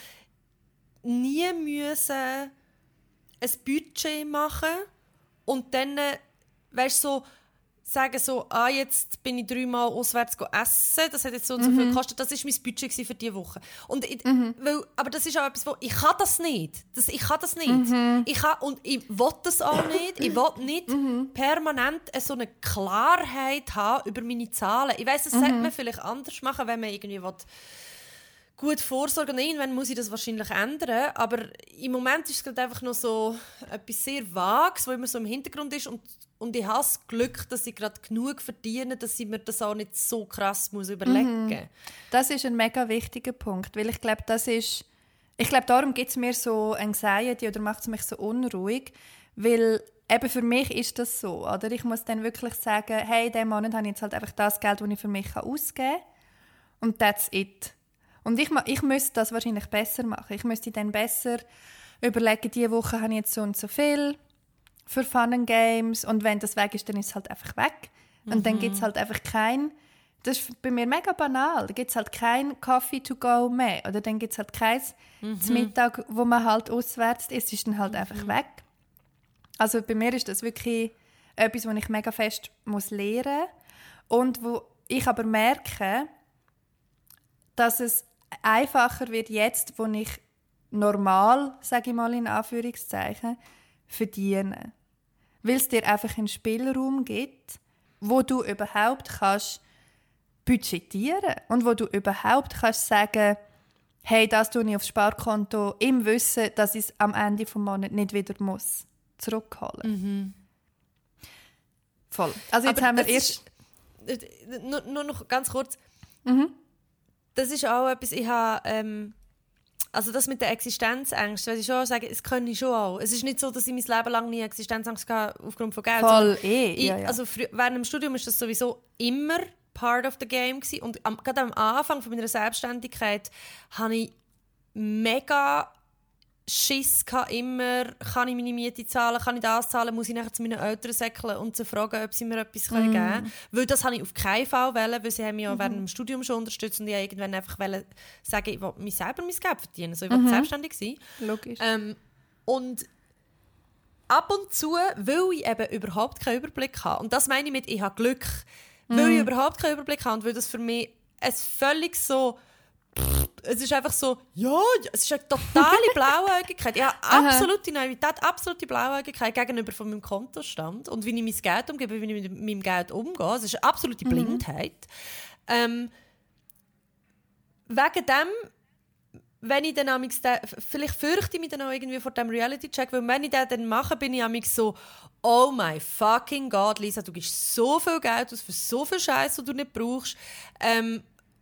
nie müssen ein Budget machen und dann, weißt du, so, sagen so, ah, jetzt bin ich dreimal auswärts essen, das hat jetzt so und so viel gekostet, das war mein Budget für diese Woche. Und ich, mhm. weil, aber das ist auch etwas, wo ich kann das nicht. Das, ich kann das nicht. Mhm. Ich kann, und ich will das auch nicht. Ich will nicht mhm. permanent so eine Klarheit haben über meine Zahlen. Ich weiss, das mhm. sollte man vielleicht anders machen, wenn man irgendwie will, gut vorsorgen. Irgendwann muss ich das wahrscheinlich ändern. Aber im Moment ist es gerade einfach noch so etwas sehr Vages, was immer so im Hintergrund ist. Und, und ich habe das Glück, dass ich gerade genug verdiene, dass ich mir das auch nicht so krass muss überlegen muss. Mhm. Das ist ein mega wichtiger Punkt. Weil ich glaube, das ist... Ich glaube, darum gibt es mir so Anxiety oder macht es mich so unruhig. Weil eben für mich ist das so. Oder? Ich muss dann wirklich sagen, hey, diesen Monat habe ich jetzt halt einfach das Geld, das ich für mich ausgeben kann. Und that's it. Und ich, ich müsste das wahrscheinlich besser machen. Ich müsste dann besser überlegen, diese Woche habe ich jetzt so und so viel für Fun and Games. Und wenn das weg ist, dann ist es halt einfach weg. Und mhm. dann gibt es halt einfach kein... Das ist bei mir mega banal. Da gibt es halt kein Coffee to go mehr. Oder dann gibt es halt keins mhm. zum Mittag, wo man halt auswärts isst, ist dann halt mhm. einfach weg. Also bei mir ist das wirklich etwas, was ich mega fest muss lernen muss. Und wo ich aber merke, dass es einfacher wird jetzt, wo ich normal, sage ich mal in Anführungszeichen, verdiene. Weil es dir einfach einen Spielraum gibt, wo du überhaupt kannst budgetieren und wo du überhaupt kannst sagen, hey, das tue ich aufs Sparkonto im Wissen, dass ich es am Ende des Monats nicht wieder muss zurückholen. Mhm. Voll. Also jetzt Aber haben wir erst... Ist, nur, nur noch ganz kurz. Mhm. Das ist auch etwas, ich habe, ähm, also das mit der Existenzängste, weil ich schon sagen, es kann ich schon auch. Es ist nicht so, dass ich mein Leben lang nie Existenzangst hatte aufgrund von Geld. Voll, eh. Ich, ja, ja. Also frü- während dem Studium war das sowieso immer part of the game gewesen. Und am, gerade am Anfang von meiner Selbstständigkeit hatte ich mega Schiss gehabt, immer, kann ich meine Miete zahlen, kann ich das zahlen, muss ich nachher zu meinen Eltern säckeln und sie fragen, ob sie mir etwas mm. geben können. Weil das habe ich auf keinen Fall wollen, weil sie haben mich ja mm. während dem Studium schon unterstützt und ich wollte irgendwann einfach sagen, ich will mich selber mein Geld verdienen, also ich will mm-hmm. selbstständig sein. Logisch. Ähm, und ab und zu, weil ich eben überhaupt keinen Überblick habe, und das meine ich mit, ich habe Glück, mm. weil ich überhaupt keinen Überblick habe und weil das für mich ein völlig so... Es ist einfach so, ja, es ist eine totale Blauäugigkeit. Ich habe absolute Naivität, absolute Blauäugigkeit gegenüber von meinem Kontostand und wie ich mein Geld umgebe, wie ich mit meinem Geld umgehe. Es ist eine absolute Blindheit. Mhm. Ähm, wegen dem, wenn ich dann amigs den, vielleicht fürchte ich mich dann auch irgendwie vor dem Reality-Check, weil wenn ich den dann mache, bin ich amigs so, oh my fucking God, Lisa, du gibst so viel Geld aus für so viel Scheiß, den du nicht brauchst. Ähm,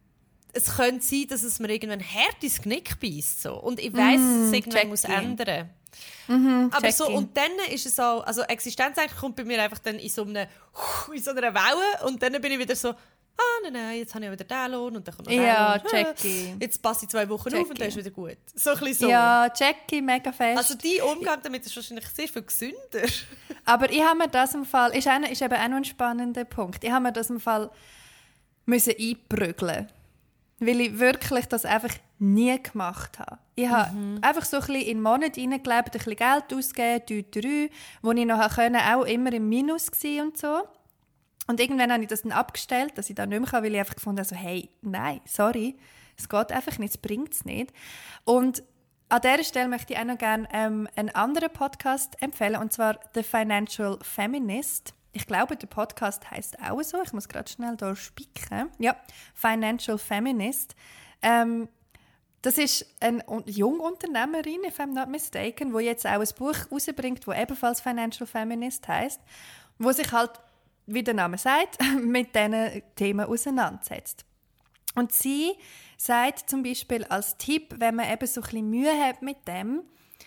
es könnte sein, dass es mir irgendwann hart ins Knick beißt. So. Und ich weiss, mm, dass es irgendwann muss ändern mm-hmm, aber so, und dann ist es auch, also Existenz eigentlich kommt bei mir einfach dann in so, eine, in so einer Welle und dann bin ich wieder so, ah nein, nein, jetzt habe ich wieder den Lohn und dann kommt noch der ja, Lohn. Jackie. Jetzt passe ich zwei Wochen Jackie. auf und dann ist wieder gut. So ein bisschen so. Ja, Jackie, mega fest. Also dein Umgang damit ist wahrscheinlich sehr viel gesünder. Aber ich habe mir das im Fall, ist, eine, ist eben auch noch ein spannender Punkt, ich habe mir das im Fall müssen einprügeln. Weil ich wirklich das einfach nie gemacht habe. Ich mhm. habe einfach so ein bisschen in den Monat hineingelebt, ein bisschen Geld ausgegeben, drei, drei, wo ich noch können, auch immer im Minus war und so. Und irgendwann habe ich das dann abgestellt, dass ich das nicht mehr kann, weil ich einfach gefunden habe, so, hey, nein, sorry, es geht einfach nicht, es bringt es nicht. Und an dieser Stelle möchte ich auch noch gerne ähm, einen anderen Podcast empfehlen, und zwar «The Financial Feminist». Ich glaube, der Podcast heisst auch so. Ich muss gerade schnell hier spicken. Ja, «Financial Feminist». Ähm, das ist eine Jungunternehmerin, if I'm not mistaken, die jetzt auch ein Buch herausbringt, das ebenfalls «Financial Feminist» heisst, wo sich halt, wie der Name sagt, mit diesen Themen auseinandersetzt. Und sie sagt zum Beispiel als Tipp, wenn man eben so ein bisschen Mühe hat mit dem,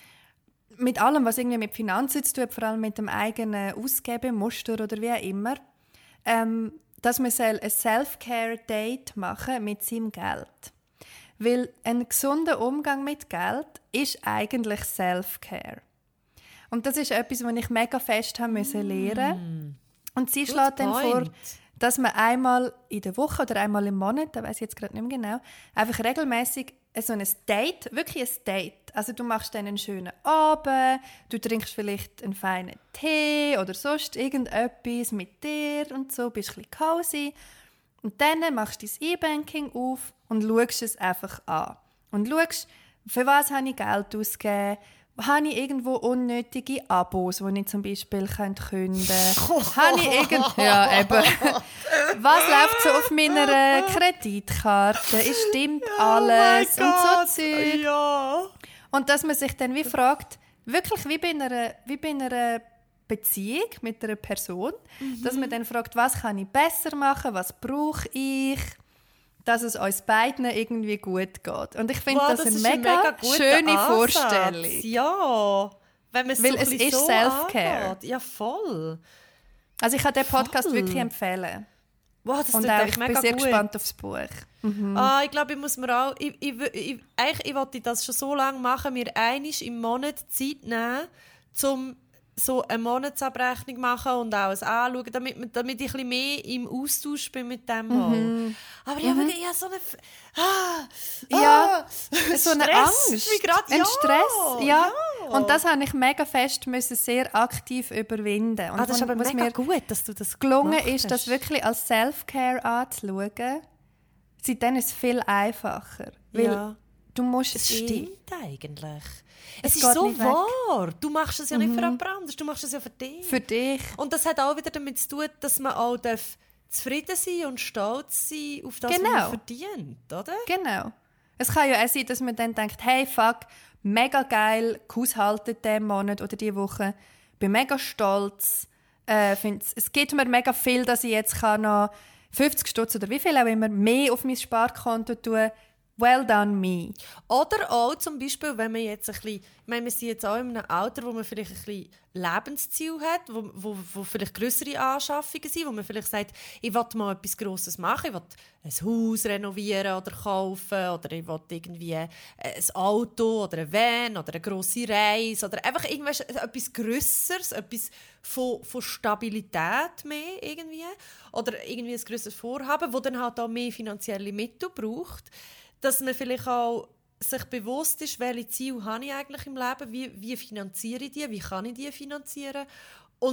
mit allem, was irgendwie mit Finanzen zu tun hat, vor allem mit dem eigenen Ausgabemuster oder wie auch immer, ähm, dass man ein Self-Care-Date machen mit seinem Geld. Weil ein gesunder Umgang mit Geld ist eigentlich Self-Care. Und das ist etwas, was ich mega fest haben müssen lernen. Und sie Good schlägt dann point. vor, dass man einmal in der Woche oder einmal im Monat, da weiss ich jetzt gerade nicht mehr genau, einfach regelmäßig so ein Date, wirklich ein Date. Also du machst dann einen schönen Abend, du trinkst vielleicht einen feinen Tee oder sonst irgendetwas mit dir und so, bist ein bisschen cozy. Und dann machst du dein E-Banking auf und schaust es einfach an. Und schaust, für was habe ich Geld ausgegeben, habe ich irgendwo unnötige Abos, die ich zum Beispiel kündigen könnte? Habe ich irgend... Ja, eben. Was läuft so auf meiner Kreditkarte? Es stimmt alles. Oh und so Zeug. Ja. Und dass man sich dann wie fragt, wirklich wie bei einer, wie bei einer Beziehung mit einer Person, mhm. dass man dann fragt, was kann ich besser machen, was brauche ich, dass es uns beiden irgendwie gut geht. Und ich finde wow, das, das eine mega, ein mega schöne Ansatz. Vorstellung. Ja, wenn man es Weil so es ist so Self-Care. Angeht. Ja, voll. Also ich kann den Podcast voll. wirklich empfehlen. Wow, das Und auch, ich bin sehr gut. gespannt aufs Buch. Mhm. Ah, ich glaube, ich muss mir auch... Ich, ich, ich, eigentlich ich wollte das schon so lange machen, mir einmal im Monat Zeit nehmen, um so eine Monatsabrechnung machen und auch es anschauen, damit, damit ich ein bisschen mehr im Austausch bin mit dem mhm. Aber ich mhm. habe ja so eine... Ah, ja, ah, so eine Stress, Angst. Wie grad, ein ja, Stress, ja. ja. Und das habe ich mega fest müssen sehr aktiv überwinden. Und ah, das ist aber was mega mir gut, dass du das gelungen ist, das wirklich als Self-Care anzuschauen. Seitdem ist es viel einfacher. Weil ja. du musst es eh. stimmt eigentlich. Es, es ist so wahr. Du machst es ja nicht mhm. für jemand anderes, du machst es ja für dich. Für dich. Und das hat auch wieder damit zu tun, dass man auch zufrieden sein und stolz sein auf das, genau. was man verdient, oder? Genau. Es kann ja auch sein, dass man dann denkt, hey, fuck, mega geil gehaushaltet diesen Monat oder diese Woche. Bin mega stolz. Äh, es gibt mir mega viel, dass ich jetzt kann noch fünfzig Stutz oder wie viel auch immer mehr auf mein Sparkonto tun. Well done me. Oder auch zum Beispiel, wenn man jetzt ein bisschen, ich meine, wir sind jetzt auch in einem Alter, wo man vielleicht ein bisschen Lebensziel hat, wo, wo, wo vielleicht grössere Anschaffungen sind, wo man vielleicht sagt, ich will mal etwas Grosses machen, ich will ein Haus renovieren oder kaufen oder ich will irgendwie ein Auto oder ein Van oder eine grosse Reise oder einfach irgendwas, etwas Grösseres, etwas von, von Stabilität mehr irgendwie oder irgendwie ein grösseres Vorhaben, das dann halt auch mehr finanzielle Mittel braucht. Dass man vielleicht auch sich bewusst ist, welche Ziele habe ich eigentlich im Leben, wie, wie finanziere ich die, wie kann ich die finanzieren und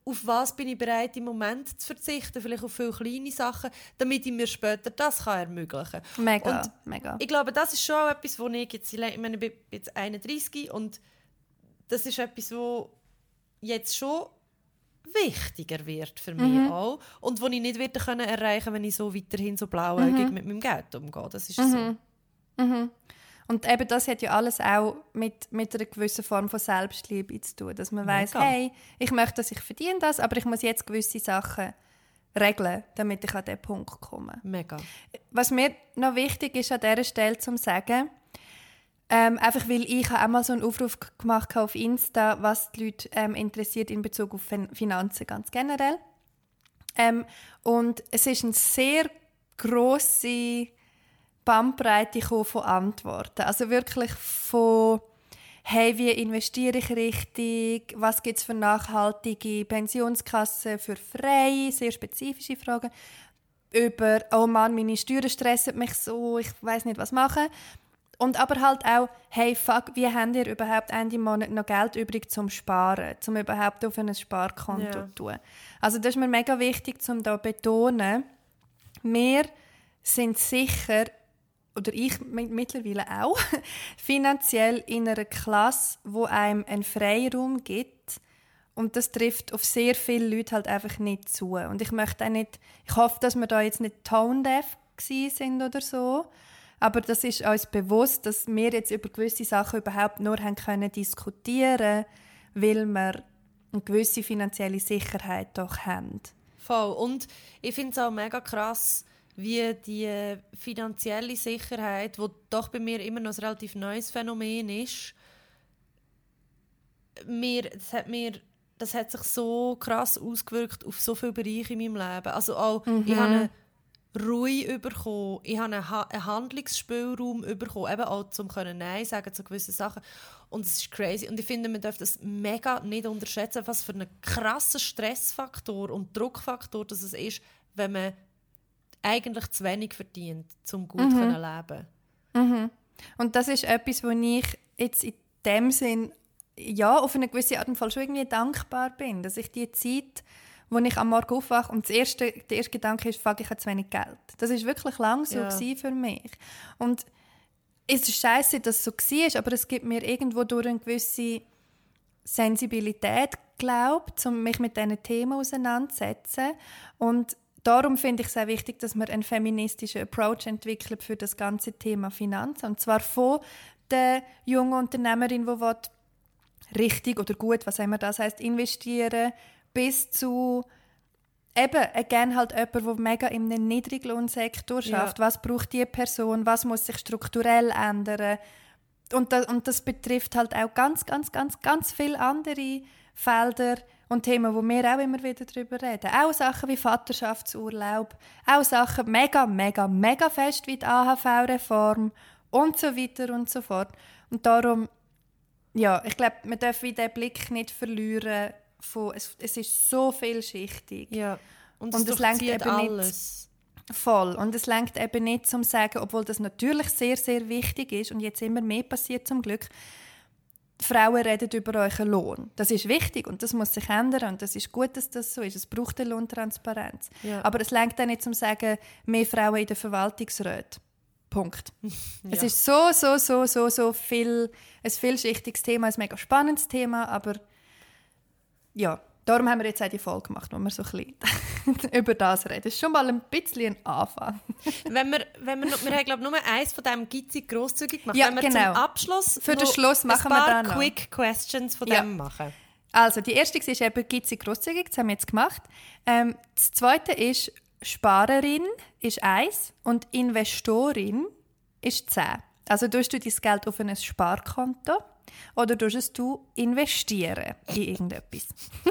auf was bin ich bereit im Moment zu verzichten, vielleicht auf viele kleine Sachen, damit ich mir später das kann ermöglichen kann. Mega, und mega. Ich glaube, das ist schon auch etwas, wo ich jetzt, ich meine, ich bin jetzt einunddreissig und das ist etwas, wo jetzt schon wichtiger wird für mich mhm. auch und wo ich nicht wieder können erreichen, wenn ich so weiterhin so blauäugig mhm. mit meinem Geld umgehe. Das ist mhm. so. Mhm. Und eben das hat ja alles auch mit, mit einer gewissen Form von Selbstliebe zu tun, dass man weiss, hey, ich möchte, dass ich verdiene das, aber ich muss jetzt gewisse Sachen regeln, damit ich an diesen Punkt komme. Mega. Was mir noch wichtig ist an dieser Stelle zu sagen, Ähm, einfach weil ich auch mal so einen Aufruf gemacht habe auf Insta, was die Leute ähm, interessiert in Bezug auf fin- Finanzen ganz generell. Ähm, und es ist eine sehr grosse Bandbreite von Antworten. Also wirklich von «Hey, wie investiere ich richtig? Was gibt es für nachhaltige Pensionskassen für frei?» Sehr spezifische Fragen. Über «Oh Mann, meine Steuern stressen mich so, ich weiss nicht, was machen.» Und aber halt auch, hey, fuck, wie habt ihr überhaupt Ende Monat noch Geld übrig zum Sparen, zum überhaupt auf ein Sparkonto ja. zu tun. Also das ist mir mega wichtig, um da zu betonen, wir sind sicher, oder ich mittlerweile auch, finanziell in einer Klasse, wo einem einen Freiraum gibt. Und das trifft auf sehr viele Leute halt einfach nicht zu. Und ich möchte auch nicht, ich hoffe, dass wir da jetzt nicht tone-deaf sind oder so. Aber das ist uns bewusst, dass wir jetzt über gewisse Sachen überhaupt nur haben können diskutieren, weil wir eine gewisse finanzielle Sicherheit doch haben. Voll. Und ich finde es auch mega krass, wie die finanzielle Sicherheit, die doch bei mir immer noch ein relativ neues Phänomen ist, mir, das, hat mir, das hat sich so krass ausgewirkt auf so viele Bereiche in meinem Leben. Also auch, mhm. ich habe eine Ruhe bekommen, ich habe einen, ha- einen Handlungsspielraum bekommen, eben auch zum können Nein sagen zu gewissen Sachen. Und es ist crazy. Und ich finde, man darf das mega nicht unterschätzen, was für einen krassen Stressfaktor und Druckfaktor das ist, wenn man eigentlich zu wenig verdient, um gut zu mhm. leben. Mhm. Und das ist etwas, wo ich jetzt in dem Sinn ja, auf eine gewisse Art und Weise schon irgendwie dankbar bin, dass ich die Zeit, wo ich am Morgen aufwache und das erste, der erste Gedanke ist, fuck, ich habe zu wenig Geld. Das war wirklich lange so ja. für mich. Und es ist scheiße, dass es so war, aber es gibt mir irgendwo durch eine gewisse Sensibilität, glaube ich, um mich mit diesen Themen auseinanderzusetzen. Und darum finde ich es auch wichtig, dass wir einen feministischen Approach entwickeln für das ganze Thema Finanzen. Und zwar von der jungen Unternehmerin, die richtig oder gut, was immer das heisst, investieren, bis zu eben, again, halt jemand, der mega in einem Niedriglohnsektor schafft. Ja. Was braucht diese Person? Was muss sich strukturell ändern? Und das, und das betrifft halt auch ganz, ganz, ganz, ganz viele andere Felder und Themen, wo wir auch immer wieder darüber reden. Auch Sachen wie Vaterschaftsurlaub, auch Sachen mega, mega, mega fest wie die A H V-Reform und so weiter und so fort. Und darum, ja, ich glaube, wir dürfen diesen Blick nicht verlieren. Von, es, es ist so vielschichtig. Ja. Und, und es lenkt eben alles. Nicht voll. Und es lenkt eben nicht zum Sagen, obwohl das natürlich sehr, sehr wichtig ist und jetzt immer mehr passiert zum Glück, die Frauen reden über euren Lohn. Das ist wichtig und das muss sich ändern und das ist gut, dass das so ist. Es braucht eine Lohntransparenz. Ja. Aber es lenkt auch nicht zum Sagen, mehr Frauen in den Verwaltungsräten. Punkt. Ja. Es ist so, so, so, so, so viel, ein vielschichtiges Thema, ein mega spannendes Thema, aber ja, darum haben wir jetzt auch die Folge gemacht, wo wir so ein bisschen über das reden. Das ist schon mal ein bisschen ein Anfang. wenn wir, wenn wir, noch, wir haben, glaube ich, nur eins von diesem gitzig grosszügig gemacht. Ja, wenn wir genau. zum Abschluss Für den Schluss machen ein paar wir dann noch. Quick Questions von ja. dem machen. Also, die erste ist eben gitzig grosszügig, das haben wir jetzt gemacht. Ähm, das zweite ist Sparerin ist eins und Investorin ist zehn. Also tust du dein Geld auf ein Sparkonto oder tust es du investieren in irgendetwas?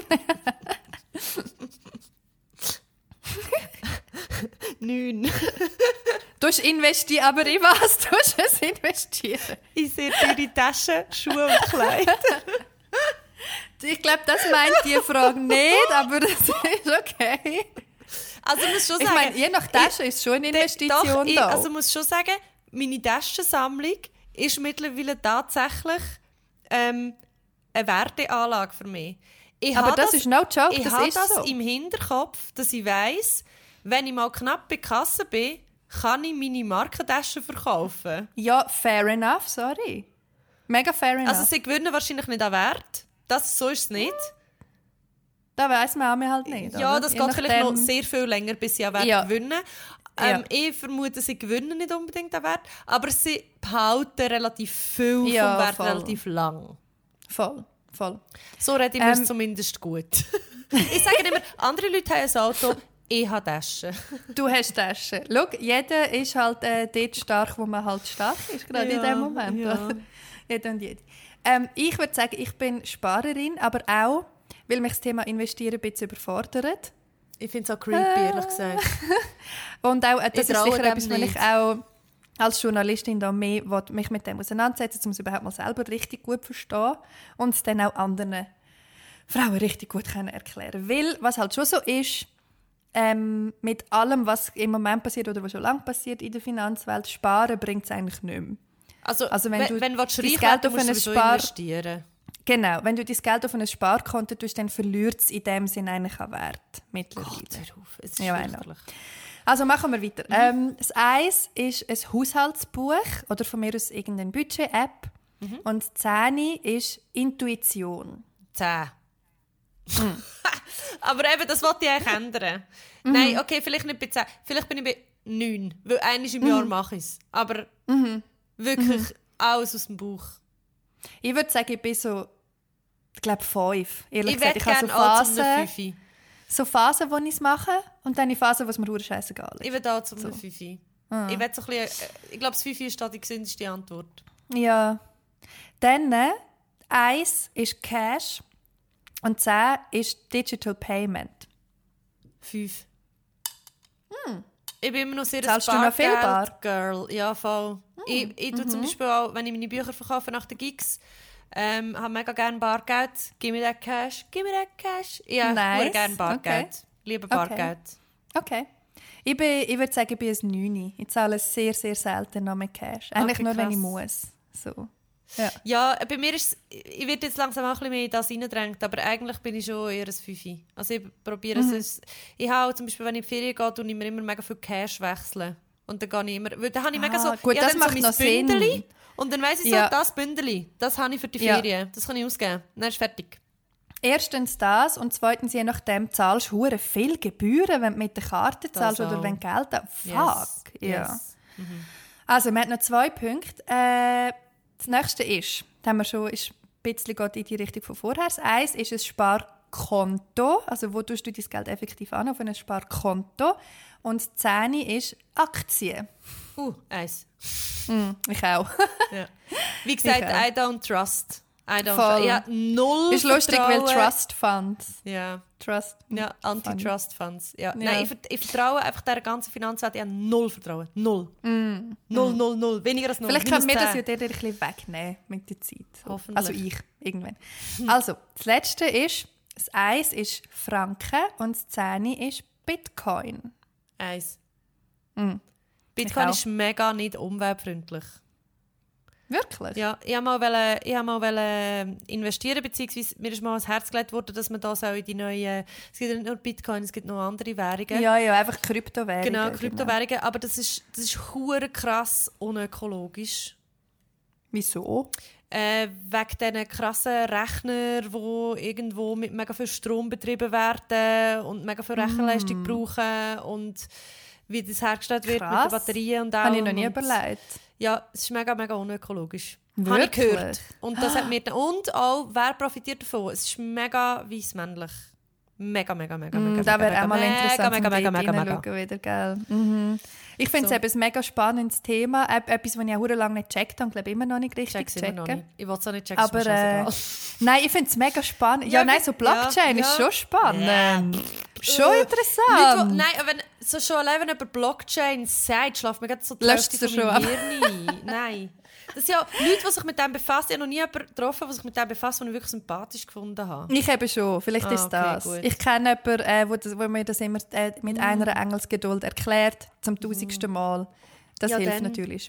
Neun. Du investieren, aber in was tust du es investieren? In sehr teure Taschen, Schuhe und Kleider. Ich glaube, das meint die Frage nicht, aber das ist okay. Also ich muss schon ich sagen, meine, je nach Tasche ich, ist schon eine Investition doch, ich, da. Also ich muss schon sagen, meine Taschensammlung ist mittlerweile tatsächlich ähm, eine Werteanlage für mich. Ich Ich Aber das, das ist no joke, ich das habe ist das so. im Hinterkopf, dass ich weiss, wenn ich mal knapp bei Kasse bin, kann ich meine Markentasche verkaufen. Ja, fair enough, sorry. Mega fair enough. Also sie gewinnen wahrscheinlich nicht an Wert. Das, so ist es nicht. Da weiss man auch halt nicht. Ja, oder? das Je geht vielleicht nachdem- noch sehr viel länger, bis sie an Wert Ja. gewinnen. Ähm, Ich vermute, sie gewinnen nicht unbedingt an Wert, aber sie behalten relativ viel Ja, vom Wert voll. relativ lang. Voll, voll. So rede ich mir Ähm, es zumindest gut. Ich sage immer, andere Leute haben ein Auto, ich habe Taschen. Du hast Taschen. Schau, jeder ist halt äh, dort stark, wo man halt stark ist, gerade in Ja, dem Moment. ja. oder? Jeder und jede. Ähm, ich würde sagen, ich bin Sparerin, aber auch, weil mich das Thema Investieren ein bisschen überfordert. Ich finde es auch creepy, ehrlich gesagt. Und auch, äh, das Ich ist traue sicher dem etwas, was ich nicht. auch als Journalistin da mehr will, mich mit dem auseinandersetzen, um es überhaupt mal selber richtig gut zu verstehen und es dann auch anderen Frauen richtig gut können erklären. Weil, was halt schon so ist, ähm, mit allem, was im Moment passiert oder was schon lange passiert in der Finanzwelt, sparen bringt es eigentlich nicht mehr. Also, Also wenn wenn, du wenn du dein reich Geld werden auf musst du einen sowieso Spar- investieren. Genau, wenn du dein Geld auf ein Sparkonto tust, dann verliert es in dem Sinne eigentlich an Wert mittlerweile. Gott, hör auf. Es ist Ja, I know. fürchterlich. Also machen wir weiter. Ähm, das eins ist ein Haushaltsbuch oder von mir aus irgendeine Budget-App. Und das zehn ist Intuition. Zehn. Hm. Aber eben, das wollte ich eigentlich ändern. Mhm. Nein, okay, vielleicht nicht bei zehn. Vielleicht bin ich bei neun. Weil einmal im Mhm. Jahr mache ich es. Aber wirklich alles aus dem Bauch. Ich würde sagen, ich bin so, ich glaube, fünf. Ehrlich Ich gesagt, würde ich habe so gerne auch zum Phasen, Fünfi. so Phasen, wo ich es mache und dann die Phasen, wo es mir verdammt scheissegal Ich ist. würde auch zum So. Fünfi. Ah. Ich, will so ein bisschen, äh, ich glaube, das Fünfi ist da die gesündeste Antwort. Ja. Dann, äh, eins ist Cash und zehn ist Digital Payment. Fünf. Ich bin immer noch sehr Hm. Zahlst du noch viel bar? Girl. Ja, voll. Ich, ich tue Mhm. zum Beispiel auch, wenn ich meine Bücher verkaufe nach den Gigs, ähm, habe mega gerne Bargeld. Gib mir das Cash, gib mir das Cash. Ja, Nice. ich gerne Bargeld. Okay. Liebe Okay. Bargeld. Okay. Ich, bin, ich würde sagen, ich bin ein neun. Ich zahle sehr, sehr selten noch mit Cash. Eigentlich Okay, nur, wenn krass. ich muss. So. Ja. Ja, bei mir ist ich werde jetzt langsam auch ein bisschen mehr in das reingedrängt, aber eigentlich bin ich schon eher ein Fünfi. Also ich probiere Mhm. es. Ich habe zum Beispiel, wenn ich in die Ferien gehe, tue ich mir immer mega viel Cash wechseln. Und dann gehe ich immer, weil dann habe ich mega Ah, so, gut, ich das habe dann macht so mein noch Sinn. Bündeli und dann weiss ich so, Ja. das Bündeli, das habe ich für die Ja. Ferien, das kann ich ausgeben. Dann ist fertig. Erstens das und zweitens, je nachdem, zahlst du hure viel Gebühren, wenn du mit der Karte Das zahlst oder auch. wenn du Geld hast. Fuck. Yes. Ja. Yes. Also, wir haben noch zwei Punkte. Äh, das nächste ist, da haben wir schon, ist ein bisschen geht in die Richtung von vorher. Das eins ist ein Sparkonto, also wo tust du dein Geld effektiv an, auf ein Sparkonto. Und das zehn ist Aktien. Uh, eins. Mm, ich auch. Ja. Wie gesagt, Ich auch. I don't trust. I don't Voll. trust. Ja, null Ist lustig, weil Vertrauen. Trust Funds. Ja. Trust. Ja, Antitrust-Funds. Ja. Ja. Nein, ich, vert- ich vertraue einfach dieser ganzen Finanzwelt. Ich habe null Vertrauen. Null. Null, null, null. Weniger als null. Mm. Vielleicht Minus können wir das ja zehn. dir ein bisschen wegnehmen mit der Zeit. So. Hoffentlich. Also ich, irgendwann. Also, das letzte ist, das eins ist Franken und das zehn ist Bitcoin. Eins. Mm. Bitcoin auch. ist mega nicht umweltfreundlich. Wirklich? Ja, ich wollte mal, wollen- ich wollte mal wollen investieren, beziehungsweise mir ist mal ans Herz gelegt worden, dass man da so in die neuen, es gibt ja nicht nur Bitcoin, es gibt noch andere Währungen. Ja, ja, einfach Kryptowährungen. Genau, Kryptowährungen, aber das ist, das ist hure krass unökologisch. Wieso? Äh, wegen diesen krassen Rechner, die irgendwo mit mega viel Strom betrieben werden und mega viel Rechenleistung brauchen und wie das hergestellt wird mit Krass. den Batterien und allem. Habe ich noch nie Und überlegt. ja, es ist mega, mega unökologisch. Habe ich Wirklich? gehört. Und, das hat mir, und auch, wer profitiert davon? Es ist mega weiss-männlich. Mega, mega, mega, mega, Mm, mega, da wäre mega, auch mal mega, interessant, mega, mega, um mega, dort mega. hineinschauen wieder, gell? Mhm. Ich finde es So. eben ein mega spannendes Thema. Ep- Etwas, das ich auch verdammt lange nicht gecheckt habe und glaube immer noch nicht richtig Check's immer noch checken. nicht. Ich will es auch nicht checken, Aber ist mir äh, scheißegal. nein, ich finde es mega spannend. Ja, Ja, nein, wie- so Blockchain ja, ist ja. schon spannend. Schon Äh, interessant. Leute, die, nein, wenn, so schon allein, wenn jemand Blockchain sagt, schlaft mir gerade so die Löscht Hälfte es von schon meinem Hirn ein. Nein. Das sind ja Leute, die sich mit dem befassen. Ich habe noch nie jemanden getroffen, der sich mit dem befasst, den ich wirklich sympathisch gefunden habe. Ich eben schon, vielleicht Ah, ist okay, das. gut. Ich kenne jemanden, äh, wo, das, wo mir das immer äh, mit einer Engelsgeduld erklärt, zum tausendsten Mal. Das Ja, hilft dann- natürlich schon.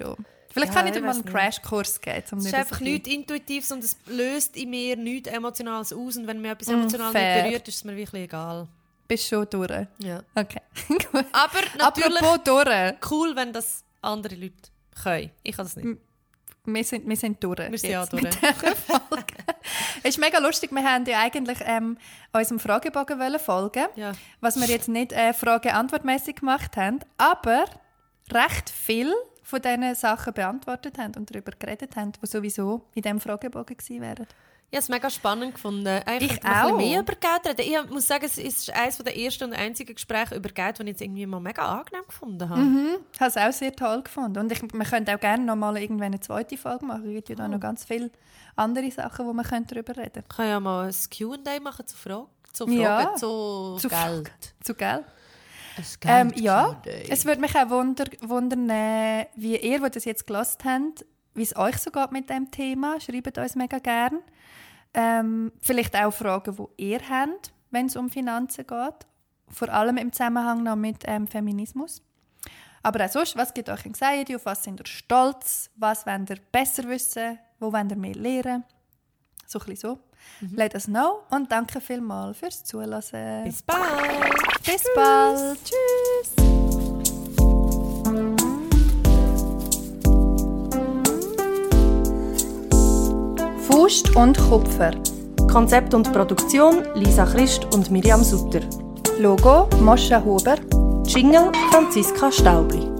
Vielleicht Ja, kann ich dir ich mal weiss einen nicht. Crashkurs geben. Um Es ist dir das einfach ein bisschen- nichts Intuitives und es löst in mir nichts Emotionales aus. Und wenn mir etwas Mm, emotional fair. nicht berührt, ist es mir wirklich egal. Bist schon durch. Ja. Okay. Gut. Aber natürlich Apropos durch. cool, wenn das andere Leute können. Ich kann das nicht. Wir sind, wir sind durch. Wir sind ja jetzt durch. mit dieser Folge. Es ist mega lustig, wir haben ja eigentlich ähm, unserem Fragebogen wollen folgen, Ja. was wir jetzt nicht äh, Frage-Antwort-mässig gemacht haben, aber recht viel von diesen Sachen beantwortet haben und darüber geredet haben, die sowieso in diesem Fragebogen gewesen wären. Ich habe es mega spannend gefunden. Eigentlich Ich noch ein bisschen auch. mehr über Geld reden. Ich muss sagen, es ist eines der ersten und einzigen Gespräche über Geld, die ich jetzt irgendwie mal mega angenehm gefunden habe. Mhm. Ich habe es auch sehr toll gefunden. Und ich, wir können auch gerne noch mal irgendwann eine zweite Folge machen. Es gibt ja da noch ganz viele andere Sachen, wo wir darüber reden können. Ich kann ja mal ein Q and A machen zu Fragen, zu, Fragen, Ja. zu, Zu Geld. Zu Geld? Ein Ähm, Geld- ja, Q and A. es würde mich auch wunder, wundern, äh, wie ihr, die das jetzt gehört habt, wie es euch so geht mit diesem Thema. Schreibt uns mega gerne. Ähm, vielleicht auch Fragen, die ihr habt, wenn es um Finanzen geht. Vor allem im Zusammenhang noch mit ähm, Feminismus. Aber auch sonst, was gibt euch Anxiety, auf was sind ihr stolz, was wollt ihr besser wissen, wo wollt ihr mehr lernen. So ein bisschen so. Mhm. Let us know und danke vielmals fürs Zuhören. Bis bald! Bis bald. Tschüss. Faust und Kupfer. Konzept und Produktion Lisa Christ und Miriam Sutter. Logo Moscha Huber. Jingle Franziska Staubli.